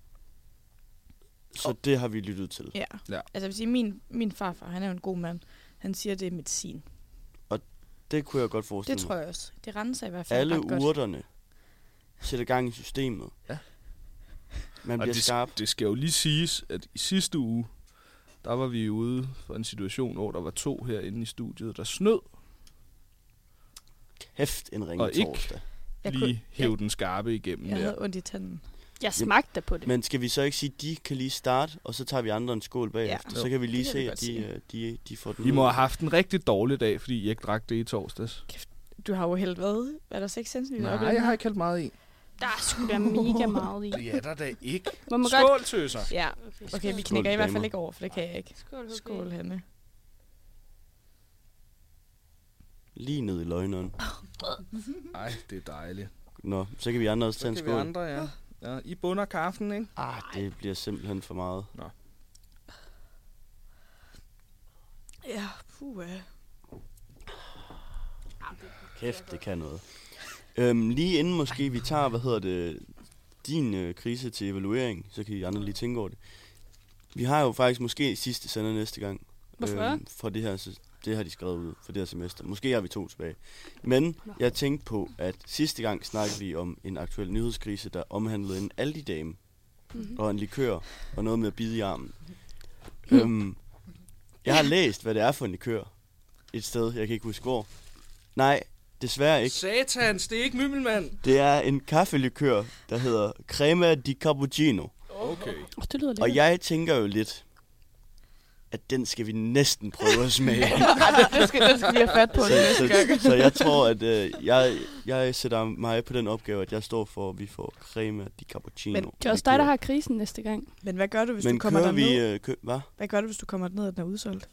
Så det har vi lyttet til. Ja. Ja. Altså, jeg vil sige, min farfar, han er jo en god mand. Han siger, det er medicin. Det kunne jeg godt forestille Det mig. tror jeg også. Det renser i hvert fald Alle ret godt. urterne sætter gang i systemet. Ja. Man Og bliver skarp. det skal jo lige siges, at i sidste uge, der var vi ude for en situation, hvor der var 2 herinde i studiet, der snød Hæft en ringe og ikke torsdag. lige hæve den skarpe igennem Jeg der. havde ondt i tanden. Jeg smagte på det. Men skal vi så ikke sige, at de kan lige starte, og så tager vi andre en skål bagefter? Ja. Så kan vi lige Det kan vi se, godt at de får den I ud. må have haft en rigtig dårlig dag, fordi I ikke drak det i torsdags. Du har jo hældt hvad? Er der 6 centiliter op i Nej, den jeg har her? ikke hældt meget i. Der er sgu da mega meget i. Det er der da ikke. Må man Skål, godt... tøser. Ja. Okay, vi Skål, knækker i hvert damer. fald ikke over, for det kan jeg ikke. Skål, Skål, Hanne. Lige ned i løgneren. Ej, det er dejligt. Nå, så kan vi andre også tage en Så kan vi skål. andre, ja. Ja, I bunder kaffen, ikke? Det bliver simpelthen for meget. Ja, puh. Kæft, det kan noget. Lige inden måske vi tager, din krise til evaluering, så kan I andre lige tænke over det. Vi har jo faktisk måske sidste sender næste gang. Hvorfor? For det her, det har de skrevet ud for det her semester. Måske har vi 2 tilbage. Men jeg tænkte på, at sidste gang snakkede vi om en aktuel nyhedskrise, der omhandlede en Aldi-dame og en likør og noget med at bide i armen. Jeg har læst, hvad det er for en likør et sted, jeg kan ikke huske hvor. Nej, desværre ikke. Satans, det er ikke Mymmelmand. Det er en kaffelikør, der hedder Crema di Cappuccino. Okay. Det lyder Og lidt. jeg tænker jo lidt, at den skal vi næsten prøve at smage. det skal vi have fat på næste gang. Så jeg tror, at jeg sætter mig på den opgave, at jeg står for, at vi får Crema di Cappuccino. Men Det er også dig, der har krisen næste gang. Men hvad gør du, hvis Men du kommer kører derned? vi... Hvad? Hvad gør du, hvis du kommer ned, og den er udsolgt?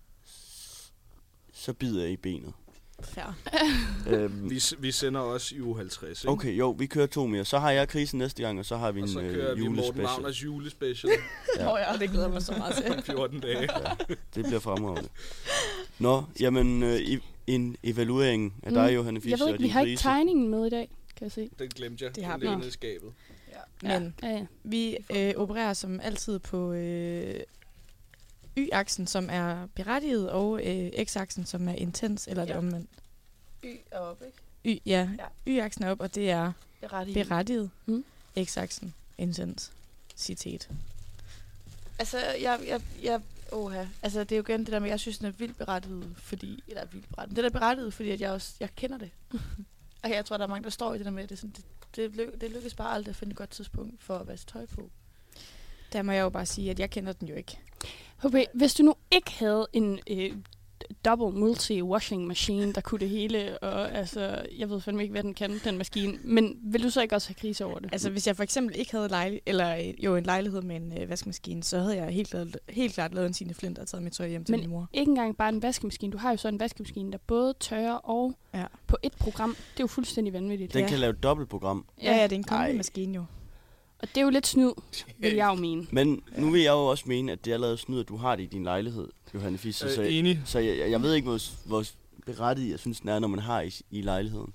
Så bider jeg i benet. Fair. Vi sender også i uge 50, ikke? Okay, jo, vi kører 2 mere. Så har jeg krisen næste gang, og så har vi Og en så kører vi Morten julespecial. Wagners julespecial Ja, det glæder mig så meget til. om 14 dage. Det bliver fremragende. Nå, jamen, en evaluering af dig, Johanne Fischer, Jeg ved og ikke, vi din har ikke krise. tegningen med i dag, kan jeg se. Den glemte jeg. Det har Den vi. ligger nede i skabet. Men Ja. vi opererer som altid på Y-aksen, som er berettiget, og X-aksen, som er intens, eller det omvendt. Y er op, ikke? Ja. Y-aksen er op, og det er berettiget. Mm. X-aksen, intens. Citat. Altså, altså, det er jo igen det der med, jeg synes, den er vildt berettiget, fordi... Eller vildt berettiget. Det er berettiget, fordi at jeg kender det. Og jeg tror, der er mange, der står i det der med, at det lykkes bare aldrig at finde et godt tidspunkt for at vaske tøj på. Der må jeg jo bare sige, at jeg kender den jo ikke. HB, hvis du nu ikke havde en double multi-washing machine, der kunne det hele, og altså, jeg ved fandme ikke, hvad den kan, den maskine, men vil du så ikke også have krise over det? Altså, hvis jeg for eksempel ikke havde en lejlighed med en vaskemaskine, så havde jeg helt klart lavet en Signe Flint og taget mit tøj hjem til Men min mor. ikke engang bare en vaskemaskine. Du har jo så en vaskemaskine, der både tørrer og på et program. Det er jo fuldstændig vanvittigt. Den kan lave et dobbeltprogram. Ja, det er en kombemaskine jo. Og det er jo lidt snyd, vil jeg jo mene. Men nu vil jeg jo også mene, at det er allerede snyd, at du har det i din lejlighed, Johanne Fischer. Enig. Så jeg ved ikke, hvor berettiget jeg synes, den er, når man har i lejligheden.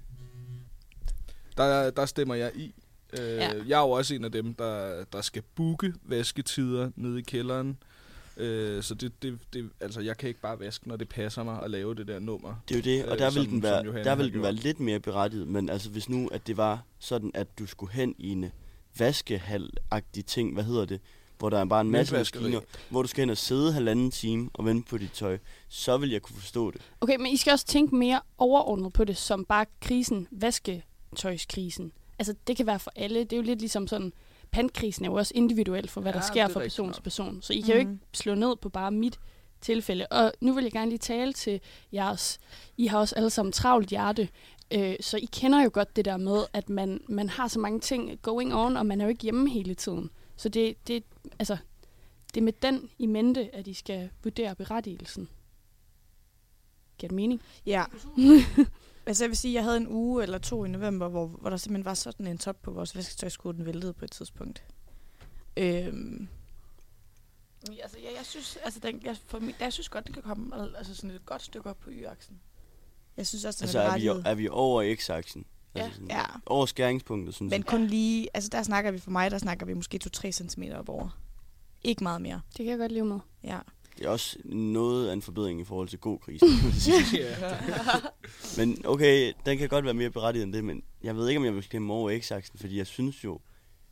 Der stemmer jeg i. Jeg er jo også en af dem, der skal booke vasketider nede i kælderen. Så det, altså, jeg kan ikke bare vaske, når det passer mig at lave det der nummer. Det er jo det, og der vil den være være lidt mere berettiget. Men altså, hvis nu, at det var sådan, at du skulle hen i en vaskehal-agtig ting, hvad hedder det, hvor der er bare en masse maskiner, hvor du skal hen og sidde 1,5 time og vente på dit tøj, så vil jeg kunne forstå det. Okay, men I skal også tænke mere overordnet på det, som bare krisen, vasketøjskrisen. Altså, det kan være for alle. Det er jo lidt ligesom sådan, pandkrisen er jo også individuelt for, hvad der sker fra person til person. Så I kan jo ikke slå ned på bare mit tilfælde. Og nu vil jeg gerne lige tale til jeres. I har også alle sammen travlt hjerte. Så I kender jo godt det der med, at man har så mange ting going on, og man er jo ikke hjemme hele tiden. Så det det er med den i mente, at de skal vurdere berettigelsen. Giver det mening? Ja. Altså jeg vil sige, at jeg havde en uge eller 2 i november, hvor der simpelthen var sådan en top på vores vasketøjskode, den væltede på et tidspunkt. Altså, jeg synes, altså, jeg synes godt, det kan komme altså sådan et godt stykke op på y-aksen. Jeg synes også, Altså er vi over x-aksen? Ja. Altså sådan, Ja. over skæringspunktet, synes Men jeg. kun lige, altså der snakker vi måske 2-3 centimeter op over. Ikke meget mere. Det kan jeg godt leve med. Ja. Det er også noget af en forbedring i forhold til god krisen. Men okay, den kan godt være mere berettiget end det, men jeg ved ikke, om jeg vil klemme over x-aksen, fordi jeg synes jo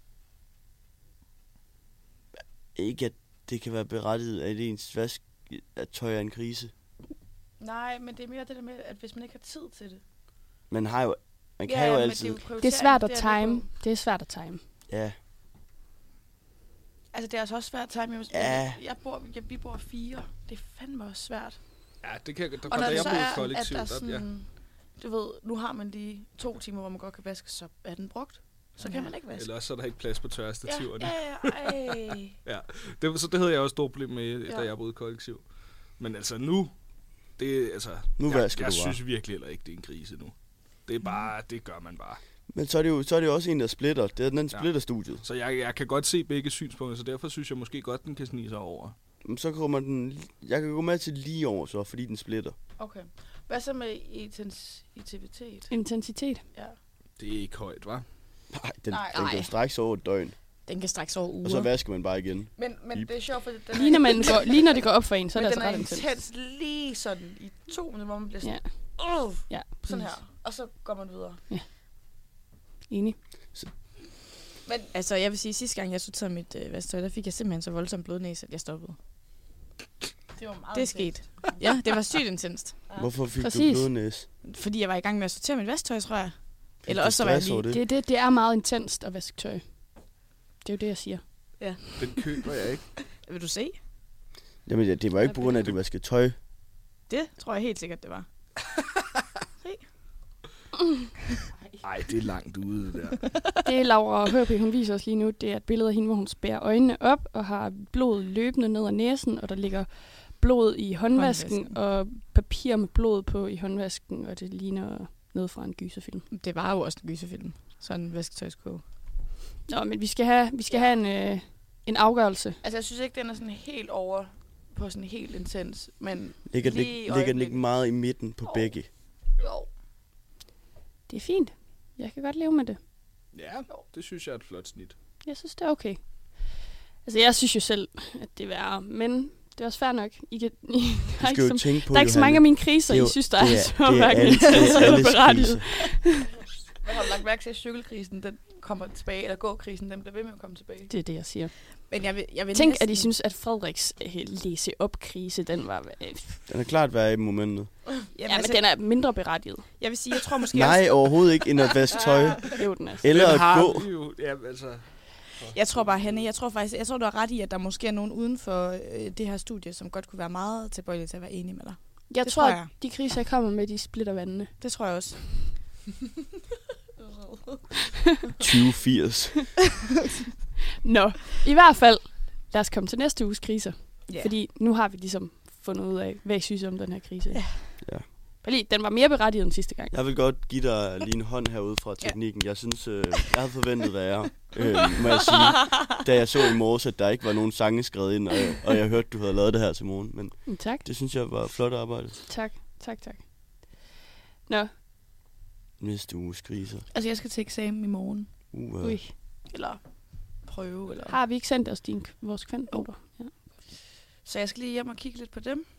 ikke, at det kan være berettiget, at ens vask at tøj er en krise. Nej, men det er mere det der med, at hvis man ikke har tid til det. Man kan jo men altid... Det er svært at det er time. Det er svært at time. Ja. Altså, det er altså også svært at time. Ja. Vi bor 4. Det er fandme også svært. Ja, det kan Og når da det jeg så boede er, at kollektivt. der sådan, du ved, nu har man lige 2 timer, hvor man godt kan vaske, så er den brugt. Så kan man ikke vaske. Eller også så er der ikke plads på tørrestativerne. Ja. Så det havde jeg også et stort problem med, da jeg boede kollektiv. Men altså nu, jeg synes virkelig heller ikke, det er en krise nu. Det er bare, det gør man bare. Men så er det jo også en, der splitter. Det er den splitter studiet. Så jeg kan godt se begge synspunkter, så derfor synes jeg måske godt, den kan snige sig over. Men så kommer jeg kan gå med til lige over så, fordi den splitter. Okay. Hvad så med intensitet? Intensitet? Ja. Det er ikke højt, hva'? Nej, den kan straks over et døgn. Den kan straks over uger. Og så vasker man bare igen. Men det er sjovt, fordi den lige når det går op for en, så er det altså ret intens. Den er intens lige sådan i 2 minutter, hvor man bliver sådan, sådan her. Og så går man videre. Ja. Enig. Men altså, jeg vil sige, sidste gang jeg sorterede mit vasketøj, der fik jeg simpelthen så voldsom blodnæse, at jeg stoppede. Det var meget Det skete. Ja, det var sygt intenst. Hvorfor fik du blodnæse? Fordi jeg var i gang med at sortere mit vasketøj, tror jeg. Eller også så var jeg lige... Det er meget intenst at vaske tøj. Det er jo det, jeg siger. Ja. Den køber jeg ikke. Vil du se? Jamen, det var ikke på grund af, at du vaskede tøj. Det tror jeg helt sikkert, det var. Ej, det er langt ude, det der. Det Laura Hørby, hun viser os lige nu, det er et billede af hende, hvor hun spærrer øjnene op og har blod løbende ned ad næsen, og der ligger blod i håndvasken og papir med blod på i håndvasken, og det ligner noget fra en gyserfilm. Det var jo også en gyserfilm. Sådan en vasketøjskåbe. Nå, men vi skal have en afgørelse. Altså, jeg synes ikke, den er sådan helt over på sådan helt intens, men ligger den ikke meget i midten på begge? Jo. Det er fint. Jeg kan godt leve med det. Ja, det synes jeg er et flot snit. Jeg synes, det er okay. Altså, jeg synes jo selv, at det er værre, men det er også fair nok. Der er ikke så mange af mine kriser, I synes, der er så mange berettiget. Hvad har du lagt mærke til, at cykelkrisen, den kommer tilbage, eller gåkrisen, den bliver ved med at komme tilbage? Det er det, jeg siger. Men jeg vil tænk, at I synes, at Frederiks læse op-krise, den var... Den er klart været i momentet. Ja, men den er mindre berettiget. Jeg vil sige, jeg tror måske Nej, overhovedet ikke end at vaske tøj. Jo, den er. Eller at gå. Jeg tror bare, Hanne, jeg tror du har ret i, at der måske er nogen uden for det her studie, som godt kunne være meget tilbøjelige til at være enige med dig. Jeg tror, at de kriser, jeg kommer med, de splitter vandene. Det tror jeg også. 2080. Nå, i hvert fald, lad os komme til næste uges kriser. Yeah. Fordi nu har vi ligesom fundet ud af, hvad I synes om den her krise. Ja. Fordi den var mere berettiget end sidste gang. Jeg vil godt give dig lige en hånd herude fra teknikken. Jeg synes, jeg havde forventet værre. Må jeg sige, da jeg så i morges, at der ikke var nogen sange skrevet ind, og jeg hørte, du havde lavet det her til morgen. Men tak. Det synes jeg var flot arbejde. Tak. Nå. Næste uges kriser. Altså, jeg skal til eksamen i morgen. Ui. Eller prøve, eller... Har vi ikke sendt os vores kvantnoter? Ja. Så jeg skal lige hjem og kigge lidt på dem.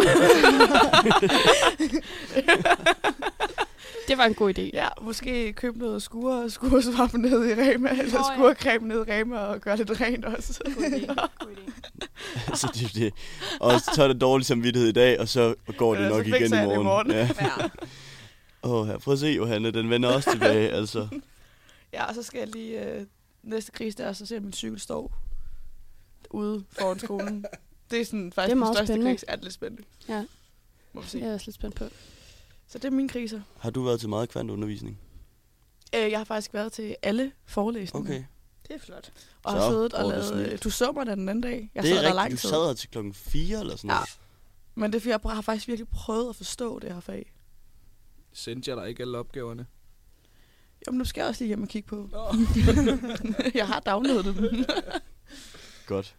Det var en god idé. Ja, måske købe noget skuresvamp ned i Rema, eller skurcreme ned i Rema, og gøre lidt rent også. God idé. Altså, det. Og så er det dårlig samvittighed i dag, og så går det nok igen i morgen. Ja. Prøv at se, Johanne, den vender også tilbage, altså. Ja, og så skal jeg lige næste krise der, så ser min cykel står ude foran skolen. Det er sådan faktisk den største krise. Er det lidt spændende? Ja, må vi se. jeg er også lidt spændt på. Så det er mine kriser. Har du været til meget kvantundervisning? Jeg har faktisk været til alle forelæsninger. Okay. Det er flot. Og har Så siddet og går det lavet... smidt. Du så mig den anden dag. Jeg Det sad er der rigtigt, lang du tid. sad her til klokken 4 eller sådan Ja. noget. Men det er fordi, jeg har faktisk virkelig prøvet at forstå det her fag. Sendte jeg dig ikke alle opgaverne? Jamen, nu skal jeg også lige hjem og kigge på. Jeg har downloadet dem. Godt.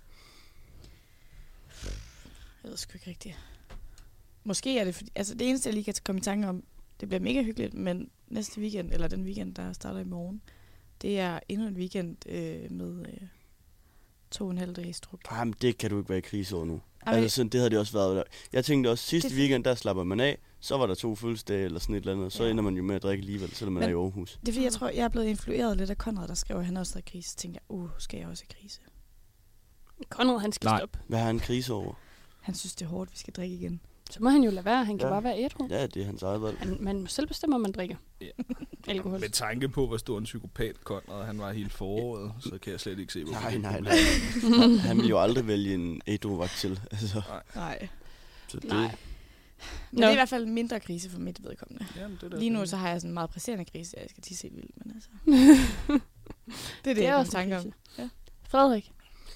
Jeg ved sgu ikke rigtigt. Måske er det fordi... Altså, det eneste, jeg lige kan komme i tanke om, det bliver mega hyggeligt, men næste weekend, eller den weekend, der starter i morgen, det er endnu en weekend med 2,5 dages druk. Jamen, det kan du ikke være i krise over nu. Jamen, Altså, sådan, det havde det også været. Jeg tænkte også, sidste Det- weekend, der slapper man af. Så var der 2 fødselsdage eller sådan et eller andet. Og så Ja. ender man jo med at drikke alligevel, selvom man Men- er i Aarhus. Det er fordi, jeg tror, jeg er blevet influeret lidt af Conrad, der skriver, at han også har krise. Så tænkte jeg, skal jeg også have krise? Conrad, han skal Nej. stoppe. Hvad har han krise over? Han synes, det er hårdt, vi skal drikke igen. Så må han jo lade være. Han kan Ja. bare være ædru. Ja, det er hans eget valg. Man må selv bestemme, om man drikker Ja. alkohol. Med tanke på, hvor stor en psykopat Conrad han var hele foråret, så kan jeg slet ikke se, hvorfor Nej, det nej, kunne nej. blive. Han vil jo aldrig vælge en ædru-vagt til. Altså, Nej. så det, Nej. Men det er i hvert fald mindre krise for mit vedkommende. Jamen, det er da Lige nu fint. så har jeg sådan en meget presserende krise, jeg skal tisse helt vildt, men altså... det er det, Det er jeg kommer i også en tanke om. krise. Ja. Frederik.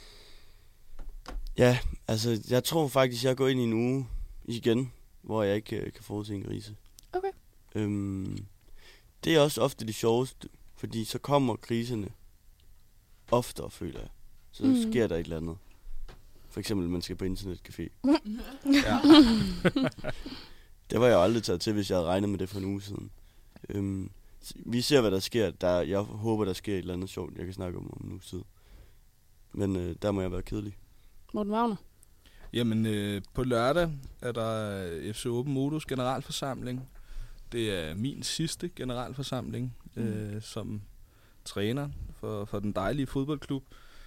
Ja, altså, jeg tror faktisk, jeg går ind i en uge igen, hvor jeg ikke kan forudse en grise. Okay. Det er også ofte det sjoveste, fordi så kommer kriserne oftere, føler jeg. Så sker der et eller andet. For eksempel, man skal på internetcafé. Ja. Det var jeg jo aldrig taget til, hvis jeg havde regnet med det for en uge siden. Vi ser, hvad der sker. Jeg håber, der sker et eller andet sjovt, jeg kan snakke om en uge siden. Men der må jeg være kedelig. Morten Wagner. Jamen, på lørdag er der FC Open Modus generalforsamling. Det er min sidste generalforsamling som træner for den dejlige fodboldklub.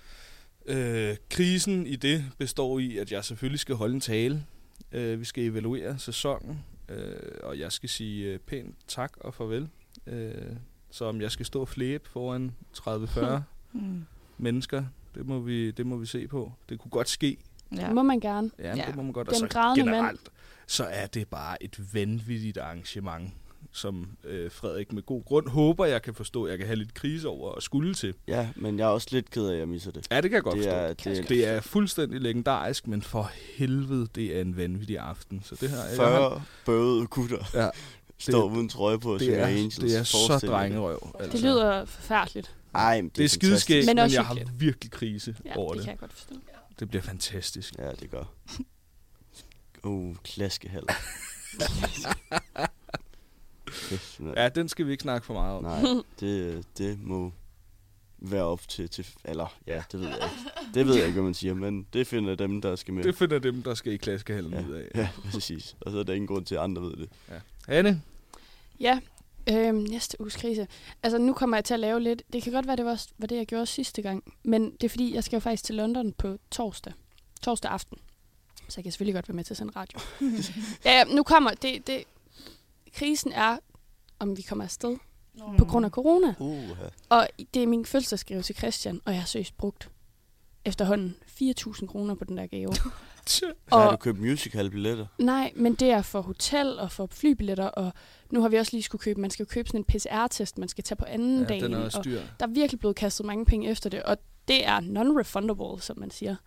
Krisen i det består i, at jeg selvfølgelig skal holde en tale. Vi skal evaluere sæsonen, og jeg skal sige pænt tak og farvel. Så om jeg skal stå og flæbe foran 30-40 mennesker, det må vi se på. Det kunne godt ske. Ja. Det må man gerne. Ja, det må man godt. Den Altså, grædende generelt, så er det bare et vanvittigt arrangement, som Frederik med god grund håber, jeg kan forstå, jeg kan have lidt krise over og skulle til. Ja, men jeg er også lidt ked af, at jeg misser det. Ja, det kan jeg godt forstå. Det er fuldstændig legendarisk, men for helvede, det er en vanvittig aften. Så det her, 40 bøvede gutter ja, står uden trøje på og synger Angels. Det er så drengerøv. Altså. Det lyder forfærdeligt. Ej, det er skideskægt, men jeg har virkelig krise over det. det. Kan jeg godt forstå. Det bliver fantastisk. Ja, det gør. Klaskehaller. Ja, den skal vi ikke snakke for meget om. Nej, det må være op til eller ja, det ved jeg ikke. Det ved jeg ikke, hvad man siger, men det finder dem, der skal med. Det finder dem, der skal i klaskehallen ud af. Ja, præcis. Og så er der ingen grund til, at andre ved det. Ja. Anne? Ja, næste uges krise. Altså, nu kommer jeg til at lave lidt. Det kan godt være, det var det, jeg gjorde sidste gang. Men det er fordi, jeg skal jo faktisk til London på torsdag aften. Så jeg kan selvfølgelig godt være med til at sende radio. Ja, nu kommer det. Krisen er, om vi kommer afsted på grund af corona. Og det er min fødselsdagsgave til Christian, og jeg har søgt brugt efterhånden 4.000 kroner på den der gave. Har du købt musical-billetter? Nej, men det er for hotel og for flybilletter, og nu har vi også lige skulle købe, man skal jo købe sådan en PCR-test, man skal tage på anden dagen. Den er også dyr. Der er virkelig blevet kastet mange penge efter det, og det er non-refundable, som man siger.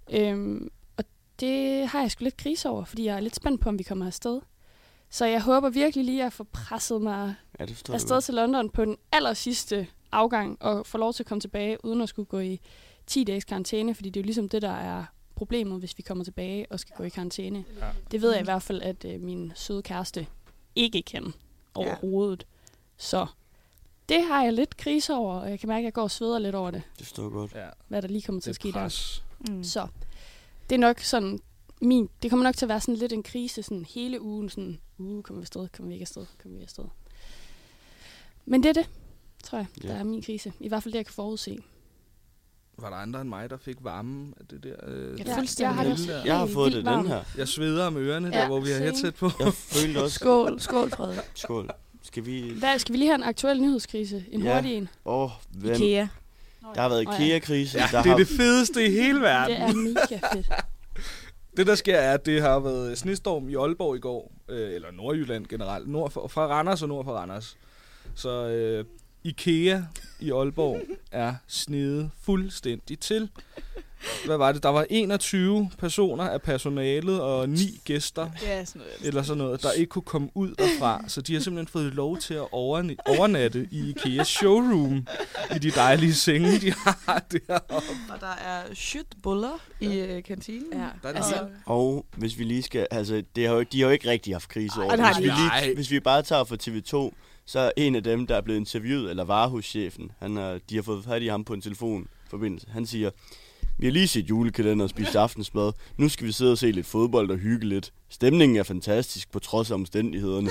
Og det har jeg sgu lidt krise over, fordi jeg er lidt spændt på, om vi kommer afsted. Så jeg håber virkelig lige at få presset mig afsted til London på den aller sidste afgang, og få lov til at komme tilbage, uden at skulle gå i 10 dages karantæne, fordi det er jo ligesom det, der er problemet, hvis vi kommer tilbage og skal gå i karantæne. Ja. Det ved jeg i hvert fald, at min søde kæreste ikke kan overhovedet. Så det har jeg lidt krise over, og jeg kan mærke, at jeg går og sveder lidt over det. Det står godt. Ja. Hvad der lige kommer til at ske pres. Der. Så det er nok sådan det kommer nok til at være sådan lidt en krise sådan hele ugen, sådan kommer vi afsted, kommer vi ikke afsted. Men det er det, tror jeg, der er min krise. I hvert fald det, jeg kan forudse. Var der andre end mig, der fik varme af det der? Jeg har fået det den her. Jeg sveder med ørerne, der hvor vi har headset på. Jeg følte også... Skål, Frederik. Skål. Skal vi lige have en aktuel nyhedskrise? En hurtig en? IKEA. Der har været IKEA-krise. Ja, det er det fedeste i hele verden. Det er mega fedt. Det, der sker, er, at det har været snestorm i Aalborg i går. Eller Nordjylland generelt. Fra Randers og nord for Randers. Så IKEA i Aalborg er snedet fuldstændig til. Hvad var det? Der var 21 personer af personalet og 9 gæster, Ja, sådan noget. eller sådan noget, der ikke kunne komme ud derfra. Så de har simpelthen fået lov til at overnatte i IKEAs showroom i de dejlige senge, de har deroppe. Og der er shitbuller i kantinen. Ja. Der er det Altså, helt- Og hvis vi lige skal... Altså, de har jo ikke rigtig haft krise over Ej, det har de ikke. Hvis vi bare tager for TV2, så er en af dem, der er blevet interviewet, eller varehuschefen, de har fået fat i ham på en telefonforbindelse. Han siger, vi har lige set julekalender og spist aftensmad. Nu skal vi sidde og se lidt fodbold og hygge lidt. Stemningen er fantastisk på trods af omstændighederne.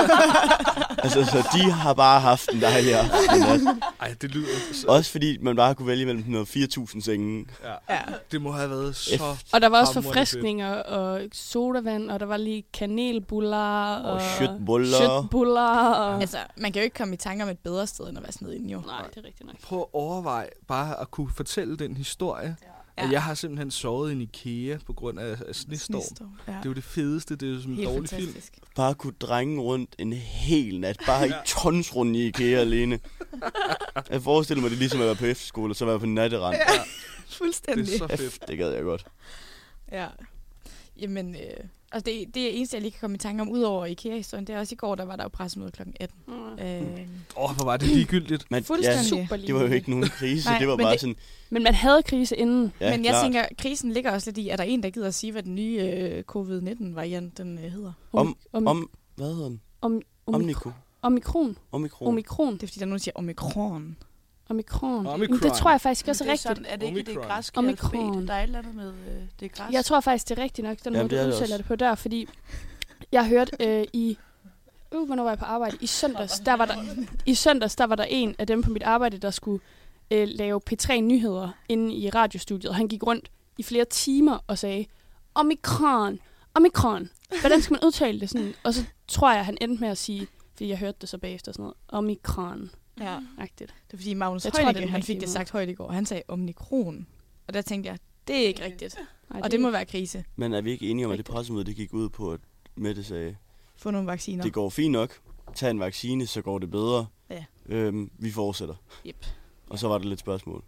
Altså, så de har bare haft en dejlig aften. Ej, det lyder... Også fordi man bare kunne vælge mellem noget 4.000 senge. Ja. Det må have været så... Og der var også hamrende fedt. forfriskninger og sodavand, og der var lige kanelbuller og shitbuller. shitbuller. Og... altså, man kan jo ikke komme i tanke om et bedre sted, end at være sådan noget inde, jo. Nej, det er rigtigt nok. Prøv at overveje bare at kunne fortælle den historie. Ja. At jeg har simpelthen sovet i en IKEA på grund af snestorm. Ja. Det er jo det fedeste. Det er jo som en Helt dårlig fantastisk. Bare kunne drenge rundt en hel nat. Bare i tons rundt i IKEA alene. Jeg forestiller mig, det er ligesom at være på efterskole, og så være på natterand. Ja, Det fuldstændig. er så fedt. Det gad jeg godt. Ja. Jamen, altså det eneste, jeg lige kan komme i tanke om, udover IKEA-historien, det er også i går, der var der jo pressemøde kl. 18. Hvor var det ligegyldigt. Men, Fuldstændig. Super det var jo ikke nogen krise. Nej, det var men bare det- sådan... Men man havde krise inden. Ja, Men jeg klart. tænker, krisen ligger også lidt i, er der en, der gider at sige, hvad den nye covid-19-variant den hedder? Hvad hedder den? Omikron. Omikron. Omikron. Det er fordi, der er nogen, der siger omikron. Omikron. Omikron. Det tror jeg faktisk også er det er rigtigt. sådan, er det ikke det Omikron. græske Omikron. alfabet? Der er et eller andet med det græske. Jeg tror faktisk, det er rigtigt nok, den Jamen, måde, det er du det udtaler også. det på der, fordi jeg hørte hvornår var jeg på arbejde? I søndags, der var der en af dem på mit arbejde, der skulle lave P3-nyheder inde i radiostudiet, og han gik rundt i flere timer og sagde, Omikron. Hvordan skal man udtale det sådan? Og så tror jeg, han endte med at sige, fordi jeg hørte det så bagefter sådan noget, Omikron. Ja. Agtigt. Det er fordi Magnus Jeg tror, det er Heunicke, den han rigtige fik det måde. sagt højt i går. Han sagde omikron. Og der tænkte jeg, det er ikke rigtigt. Nej, Og det må være krise. Men er vi ikke enige om, at det pressemøde, det gik ud på, at Mette sagde, Få nogle vacciner. det går fint nok. Tag en vaccine, så går det bedre. Ja. Vi fortsætter. Yep. Og så var der lidt spørgsmål.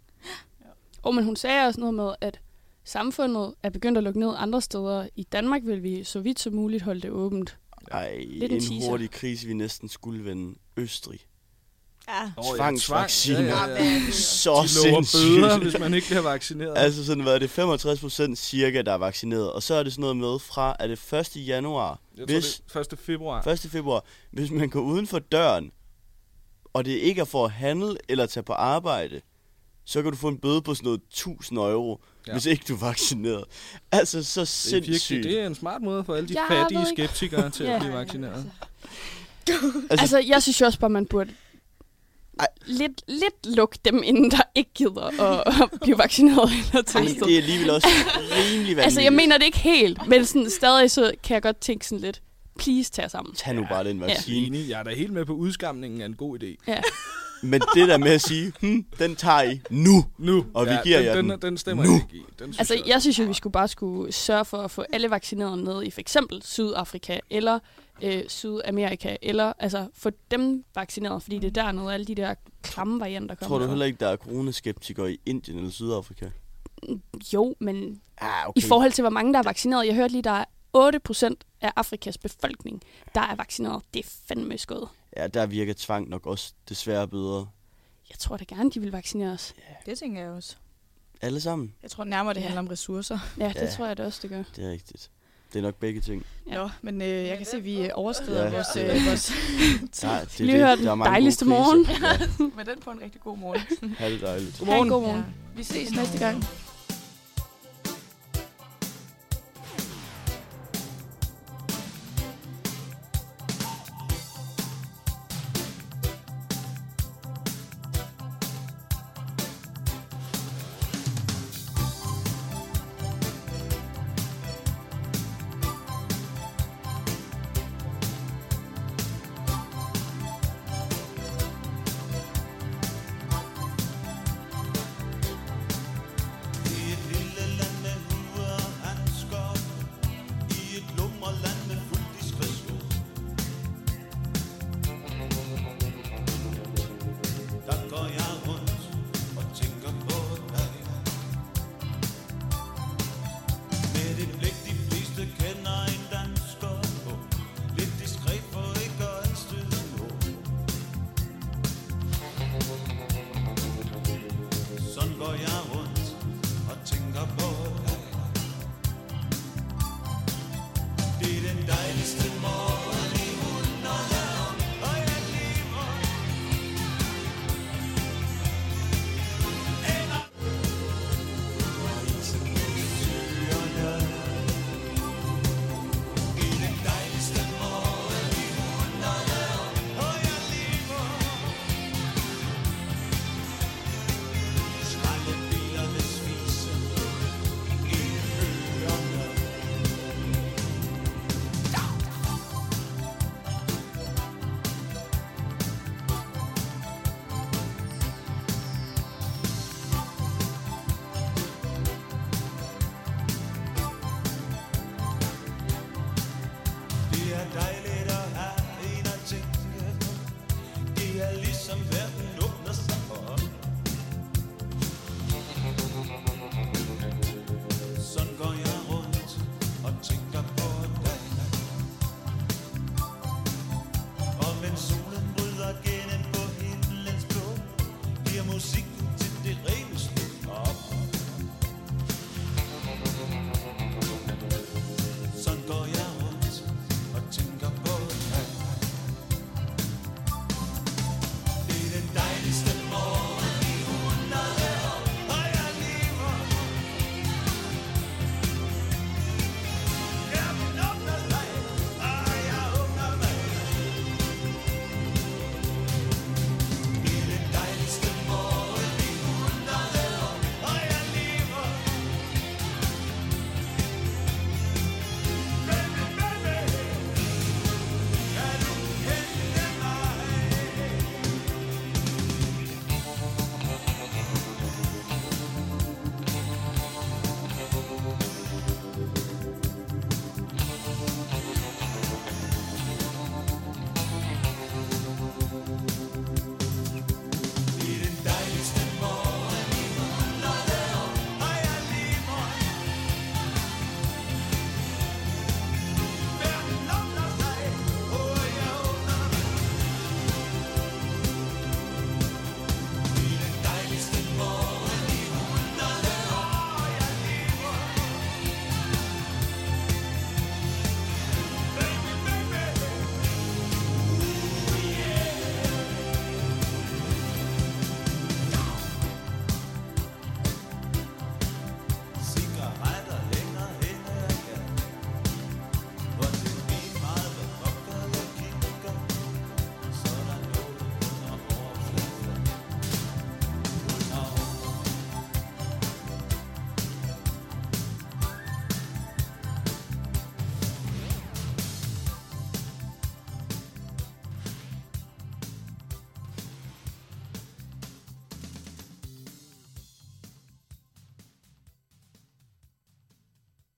Men hun sagde også noget med, at samfundet er begyndt at lukke ned andre steder. I Danmark vil vi så vidt som muligt holde det åbent. Ej, Lidt en en teaser. hurtig krise, vi næsten skulle vende. Østrig. Ja. Tvangsvacciner. Så De lover sindssygt. bøder, hvis man ikke bliver vaccineret. Altså sådan, hvad er det? 65% cirka, der er vaccineret. Og så er det sådan noget med fra, er det 1. januar? Jeg tror, det er 1. februar. 1. februar. Hvis man går uden for døren, og det ikke er for at handle eller tage på arbejde, så kan du få en bøde på sådan noget 1.000 euro, hvis ikke du er vaccineret. Altså, så Det er, sindssygt. virkelig, det er en smart måde for alle de Jeg fattige ved ikke. skeptikere til Ja. at blive vaccineret. Altså, jeg synes jo også bare, man burde lidt lukke dem, inden der ikke gider at blive vaccineret eller testet. Det er alligevel også rimelig vanvittigt. Altså, jeg mener det ikke helt, men sådan, stadig så kan jeg godt tænke sådan lidt, please tag jer sammen. Tag nu bare den vaccine. Enig. Jeg er da helt med på udskamningen af en god idé. Ja. Men det der med at sige, den tager I nu. Og vi giver jer den stemmer nu. jeg ikke i. Den synes Altså, jeg synes jo, vi skulle sørge for at få alle vaccineret ned i for eksempel Sydafrika eller Sydamerika, eller altså få dem vaccineret, fordi det er dernede, alle de der klamme varianter kommer. Tror du fra. heller ikke, der er coronaskeptikere i Indien eller Sydafrika? Jo, men okay. i forhold til, hvor mange der er vaccineret, jeg hørte lige, der er 8% af Afrikas befolkning, der er vaccineret. Det er fandme skød. Ja, der virker tvang nok også desværre bedre. Jeg tror da gerne, de vil vaccinere os. Det tænker jeg også. Alle sammen? Jeg tror nærmere, det handler om ressourcer. Ja, det tror jeg da også, det gør. Det er rigtigt. Det er nok begge ting. Ja. Nå, men jeg kan se, at vi overskrider Ja, vores det- vores tid. Ja, det er Lige det. hørt Der er den mange dejligste gode morgen. kriser. Ja. Med den på en rigtig god morgen. Ha' det dejligt. Godmorgen. God morgen. Vi ses næste gang.